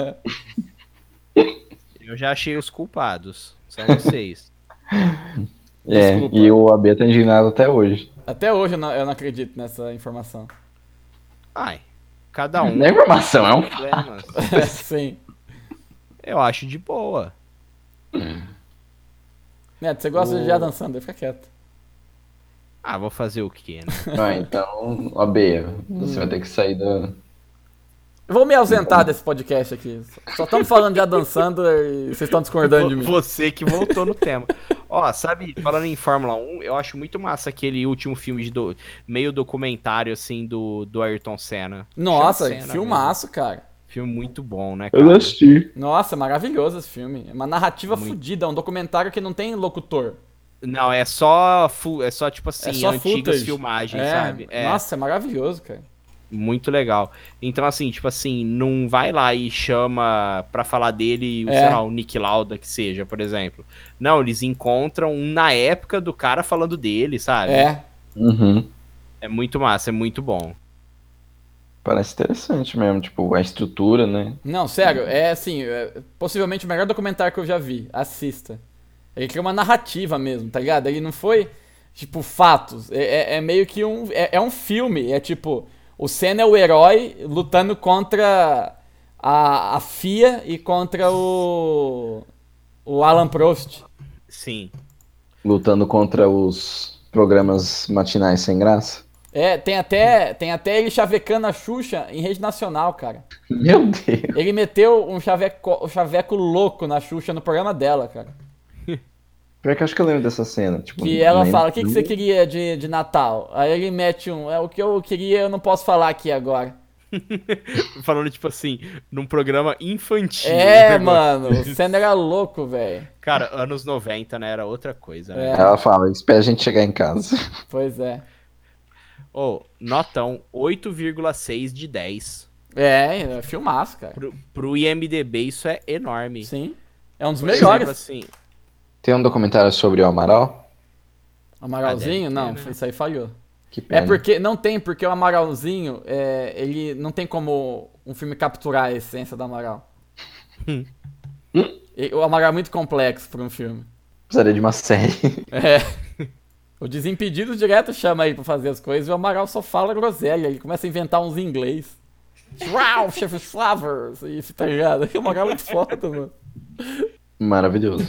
Eu já achei os culpados. São vocês. É, Desculpa. e o A B tá indignado até hoje. Até hoje eu não, eu não acredito nessa informação. Ai, cada um Não é informação, é um. problemas. Sim. Eu acho de boa. Neto, você gosta O- de Adam Sandler, fica quieto. Ah, vou fazer o quê, né? Ah, então, A B, você vai ter que sair da. Eu vou me ausentar desse podcast aqui. Só estamos falando de Adam Sandler e vocês estão discordando de mim. Você que voltou no tema. Ó, sabe, falando em Fórmula um, eu acho muito massa aquele último filme de do- meio documentário, assim, do, do Ayrton Senna. Nossa, Chama Senna filmaço, cara. mesmo. Filme muito bom, né, cara? Eu assisti. Nossa, é maravilhoso esse filme. É uma narrativa Muito. fodida, é um documentário que não tem locutor. Não, é só, fu- é só tipo assim, É só antigas footage. filmagens, É, sabe? É, Nossa, é maravilhoso, cara. muito legal. Então, assim, tipo assim, não vai lá e chama pra falar dele, o, É. sei lá, o Nick Lauda, que seja, por exemplo. Não, eles encontram um na época do cara falando dele, sabe? É. Uhum. É muito massa, é muito bom. Parece interessante mesmo, tipo, a estrutura, né? Não, sério, é assim, é possivelmente o melhor documentário que eu já vi. Assista. Ele cria uma narrativa mesmo, tá ligado? Ele não foi Tipo, fatos. É, é- é meio que um. É, é um filme. É tipo, o Senna é o herói lutando contra a, a F I A e contra o. O Alan Prost. Sim. Lutando contra os programas matinais sem graça. É, tem até, tem até ele chavecando a Xuxa em rede nacional, cara. Meu Deus. Ele meteu um chaveco, um chaveco louco na Xuxa no programa dela, cara. Pior que eu acho que eu lembro dessa cena. Tipo, Que ela nem- fala, o que, que você queria de, de Natal? Aí ele mete um, é o que eu queria, eu não posso falar aqui agora. Falando, tipo assim, num programa infantil. É, né, mano, o Senna era louco, velho. Cara, anos noventa, né? Era outra coisa, né? É. Ela fala, espera a gente chegar em casa. Pois é. Ô, notão, oito vírgula seis de dez. É, é filmaço, cara. Pro, pro I M D B isso é enorme. Sim. É um dos Por melhores. exemplo, assim, Tem um documentário sobre o Amaral? Amaralzinho? Ah, deve ter, não, né? isso aí falhou. Que É pena. porque, não tem, porque o Amaralzinho, é, ele não tem como um filme capturar a essência do Amaral. E o Amaral é muito complexo pra um filme. Precisaria de uma série. É. O Desimpedidos direto chama ele pra fazer as coisas e o Amaral só fala groselha. Ele começa a inventar uns em inglês. Wow, chef flavors! Isso, tá ligado? O Amaral é muito foda, mano. Maravilhoso.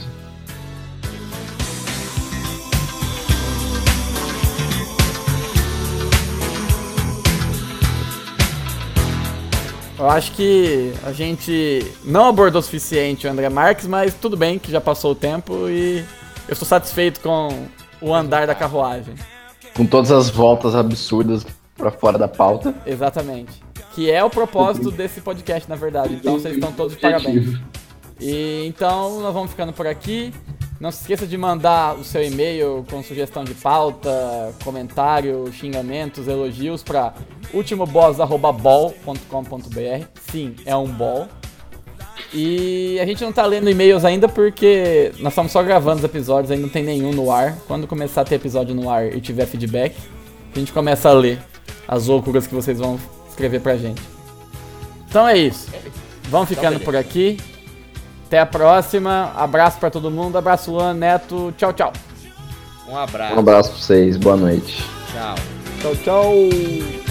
Eu acho que a gente não abordou o suficiente o André Marques, mas tudo bem que já passou o tempo e eu estou satisfeito com o andar da carruagem. Com todas as voltas absurdas pra fora da pauta. Exatamente. Que é o propósito desse podcast, na verdade. Então vocês estão todos de parabéns. E então nós vamos ficando por aqui. Não se esqueça de mandar o seu e-mail com sugestão de pauta, comentário, xingamentos, elogios para ultimoboss arroba bol ponto com ponto br. Sim, é um bol. E a gente não tá lendo e-mails ainda porque nós estamos só gravando os episódios, ainda não tem nenhum no ar. Quando começar a ter episódio no ar e tiver feedback, a gente começa a ler as loucuras que vocês vão escrever pra gente. Então é isso. Vamos ficando por aqui. Até a próxima. Abraço pra todo mundo. Abraço, Luan, Neto. Tchau, tchau. um abraço. Um abraço pra vocês. Boa noite. Tchau. Tchau, tchau.